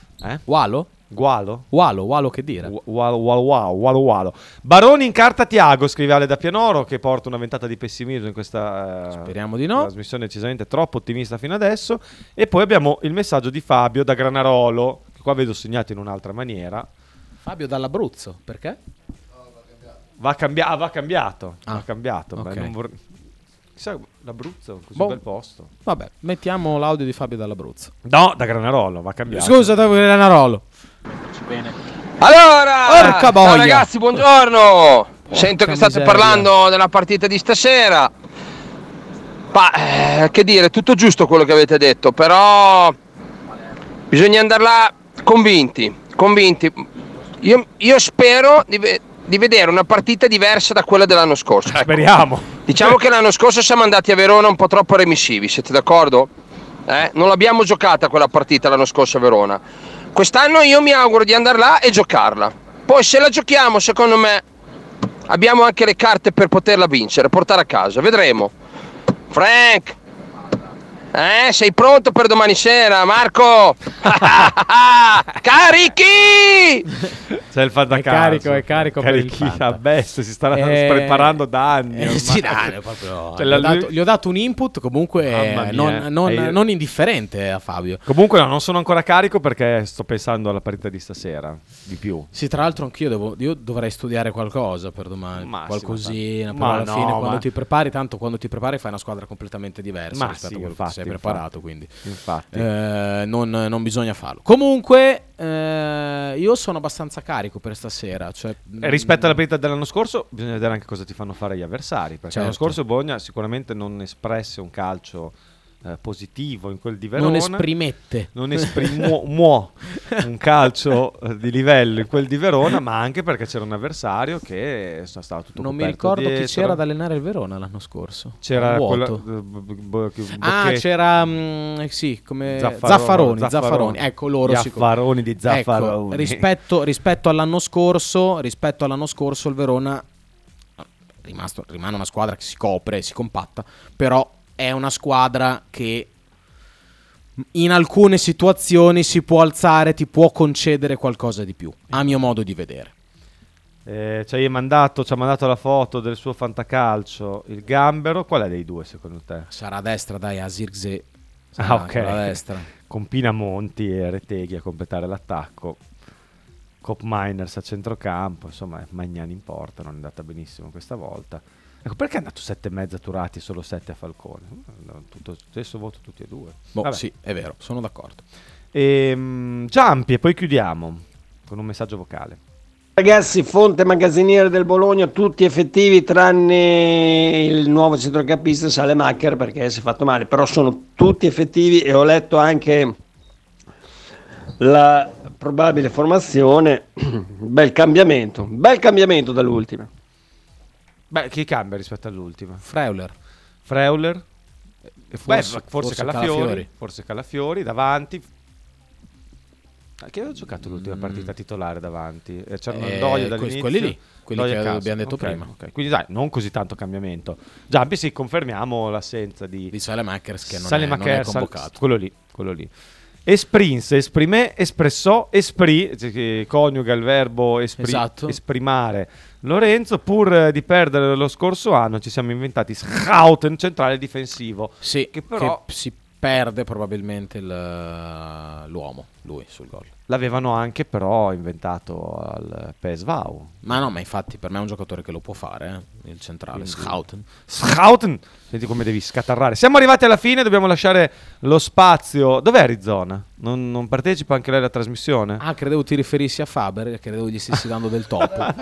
Walo che dire? Walo. Baroni incarta Tiago, scrive Ale da Pianoro, che porta una ventata di pessimismo in questa speriamo di no. Trasmissione decisamente troppo ottimista fino adesso. E poi abbiamo il messaggio di Fabio da Granarolo, che qua vedo segnato in un'altra maniera. Fabio dall'Abruzzo, perché? Va cambiato. Okay. Beh, chissà, l'Abruzzo, così bel posto. Vabbè, mettiamo l'audio di Fabio dall'Abruzzo. No, da Granarolo, va cambiato. Scusa, da Granarolo. Bene. Allora, porca boia. Ciao ragazzi, buongiorno. Sento che state miseria. parlando della partita di stasera. Che dire, tutto giusto quello che avete detto, però bisogna andare là convinti. Io spero di vedere una partita diversa da quella dell'anno scorso. Ecco. Speriamo. Diciamo che l'anno scorso siamo andati a Verona un po' troppo remissivi, siete d'accordo? Non l'abbiamo giocata quella partita l'anno scorso a Verona. Quest'anno io mi auguro di andare là e giocarla. Poi se la giochiamo, secondo me, abbiamo anche le carte per poterla vincere, portare a casa. Vedremo. Frank! Sei pronto per domani sera, Marco? Carichi! C'è il fantacalcio. È carico per il Fanta. Si sta preparando da anni. Sì, proprio. Gli ho dato un input comunque non indifferente a Fabio. Comunque non sono ancora carico perché sto pensando alla partita di stasera. Di più. Sì, tra l'altro anch'io io dovrei studiare qualcosa per domani. Qualcosina. Però alla fine quando ti prepari, tanto quando ti prepari fai una squadra completamente diversa rispetto a quello che sei preparato, quindi infatti non bisogna farlo. Comunque io sono abbastanza carico per stasera, cioè, rispetto alla partita dell'anno scorso bisogna vedere anche cosa ti fanno fare gli avversari, perché l'anno scorso Bologna sicuramente non espresse un calcio positivo in quel di Verona, non esprimo un calcio di livello in quel di Verona, ma anche perché c'era un avversario che stava tutto non mi ricordo dietro. Chi c'era ad allenare il Verona l'anno scorso? C'era c'era sì, come Zaffaroni. Ecco, loro Zaffaroni di Zaffaroni. Ecco, rispetto all'anno scorso il Verona rimane una squadra che si copre, si compatta, però è una squadra che in alcune situazioni si può alzare, ti può concedere qualcosa di più, a mio modo di vedere. ci ha mandato la foto del suo fantacalcio, il gambero. Qual è dei due secondo te? Sarà a destra, dai, a Zirkzee. Ok, a destra. Con Pinamonti e Reteghi a completare l'attacco, Cop Miners a centrocampo, insomma Magnani in porta, non è andata benissimo questa volta. Ecco, perché è andato 7,5 a Turati e solo 7 a Falcone? Tutto stesso voto tutti e due. Boh, sì, è vero, sono d'accordo. Giampi, e poi chiudiamo con un messaggio vocale. Ragazzi, fonte magazziniere del Bologna, tutti effettivi tranne il nuovo centrocampista Salemaker perché si è fatto male, però sono tutti effettivi e ho letto anche la probabile formazione. Bel cambiamento dall'ultima. Beh, chi cambia rispetto all'ultima? Freuler. E forse Calafiori davanti. Chi aveva giocato l'ultima partita titolare davanti? C'erano Ndoye dall'inizio, quelli che abbiamo detto okay, prima. Okay. Quindi dai, non così tanto cambiamento. Giampi, sì, confermiamo l'assenza di Salemakers che non è convocato. Quello lì. Esprinse, esprimé, espressò, esprit, che coniuga il verbo esatto. esprimare. Lorenzo, pur di perdere lo scorso anno, ci siamo inventati Schouten, centrale difensivo. Sì, che però si perde probabilmente l'uomo, lui, sul gol. L'avevano anche però inventato al PSV. Ma infatti per me è un giocatore che lo può fare, il centrale. Schouten. Senti come devi scatarrare. Siamo arrivati alla fine, dobbiamo lasciare lo spazio. Dov'è Arizona? Non partecipa anche lei alla trasmissione? Ah, credevo ti riferissi a Faber, credevo gli stessi dando del topo.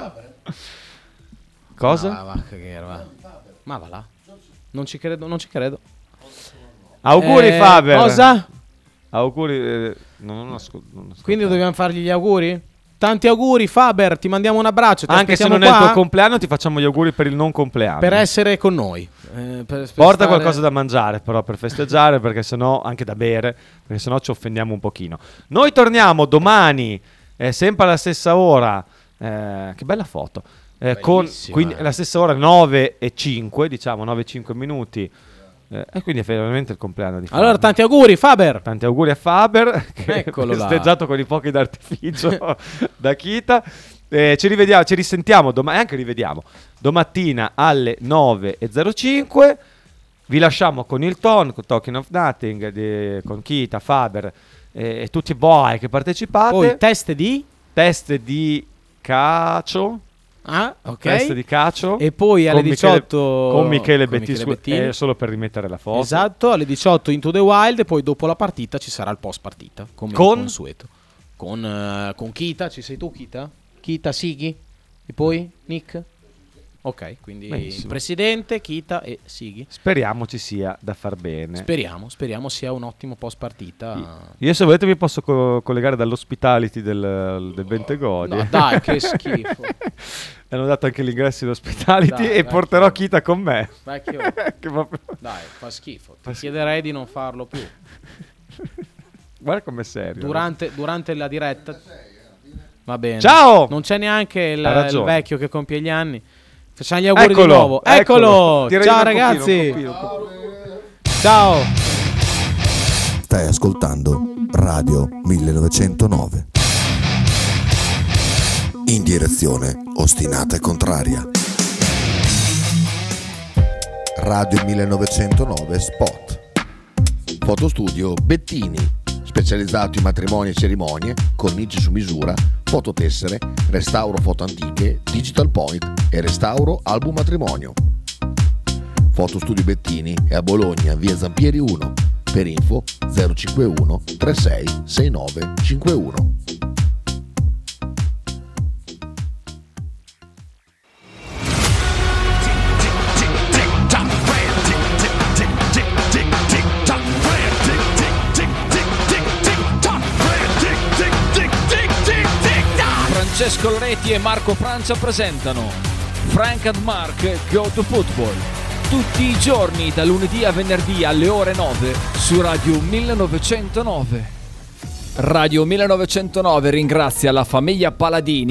Cosa? Ma va là. Non ci credo. Auguri Faber. Cosa? Auguri. Non Quindi dobbiamo fargli gli auguri? Tanti auguri Faber, ti mandiamo un abbraccio. Anche se non è il tuo compleanno, ti facciamo gli auguri per il non compleanno. Per essere con noi. Porta qualcosa da mangiare però per festeggiare, perché sennò anche da bere, perché sennò ci offendiamo un pochino. Noi torniamo domani, sempre alla stessa ora. Che bella foto. Quindi la stessa ora 9:05, diciamo 9:05 minuti. E quindi è veramente il compleanno di Faber. Allora tanti auguri Faber. Tanti auguri a Faber, che Eccolo è festeggiato con i fuochi d'artificio da Kita. Ci risentiamo e anche rivediamo domattina alle 9:05. Vi lasciamo con il con Talking of Nothing, con Kita, Faber e tutti voi che partecipate. Poi test di calcio. Ah, ok. Test di calcio. E poi alle 18 con Michele Bettini, solo per rimettere la foto. Esatto, alle 18 Into the Wild e poi dopo la partita ci sarà il post partita, come consueto. Con Kita, ci sei tu Kita? Kita, Sighi? E poi Nick? Ok, quindi benissimo. Il presidente, Kita e Sighi. Speriamo ci sia da far bene. Speriamo sia un ottimo post partita. Io se volete vi posso collegare dall'hospitality del Bentegodi. No, dai, che schifo. Hanno dato anche l'ingresso in hospitality e porterò Kita con me. Vecchio. Dai, fa schifo. Ti chiederei di non farlo più. Guarda com'è serio. Durante la diretta. Va bene. Ciao! Non c'è neanche il vecchio che compie gli anni. Facciamo gli auguri di nuovo. Eccolo. Ciao ragazzi. Ciao. Stai ascoltando Radio 1909. In direzione ostinata e contraria. Radio 1909 Spot. Fotostudio Bettini, specializzato in matrimoni e cerimonie, cornici su misura, fototessere, restauro foto antiche, digital point e restauro album matrimonio. Fotostudio Bettini è a Bologna, via Zampieri 1. Per info 051 36 69 51. Francesco Loretti e Marco Francia presentano Frank and Mark Go to Football, tutti i giorni da lunedì a venerdì alle ore 9 su Radio 1909. Radio 1909 ringrazia la famiglia Paladini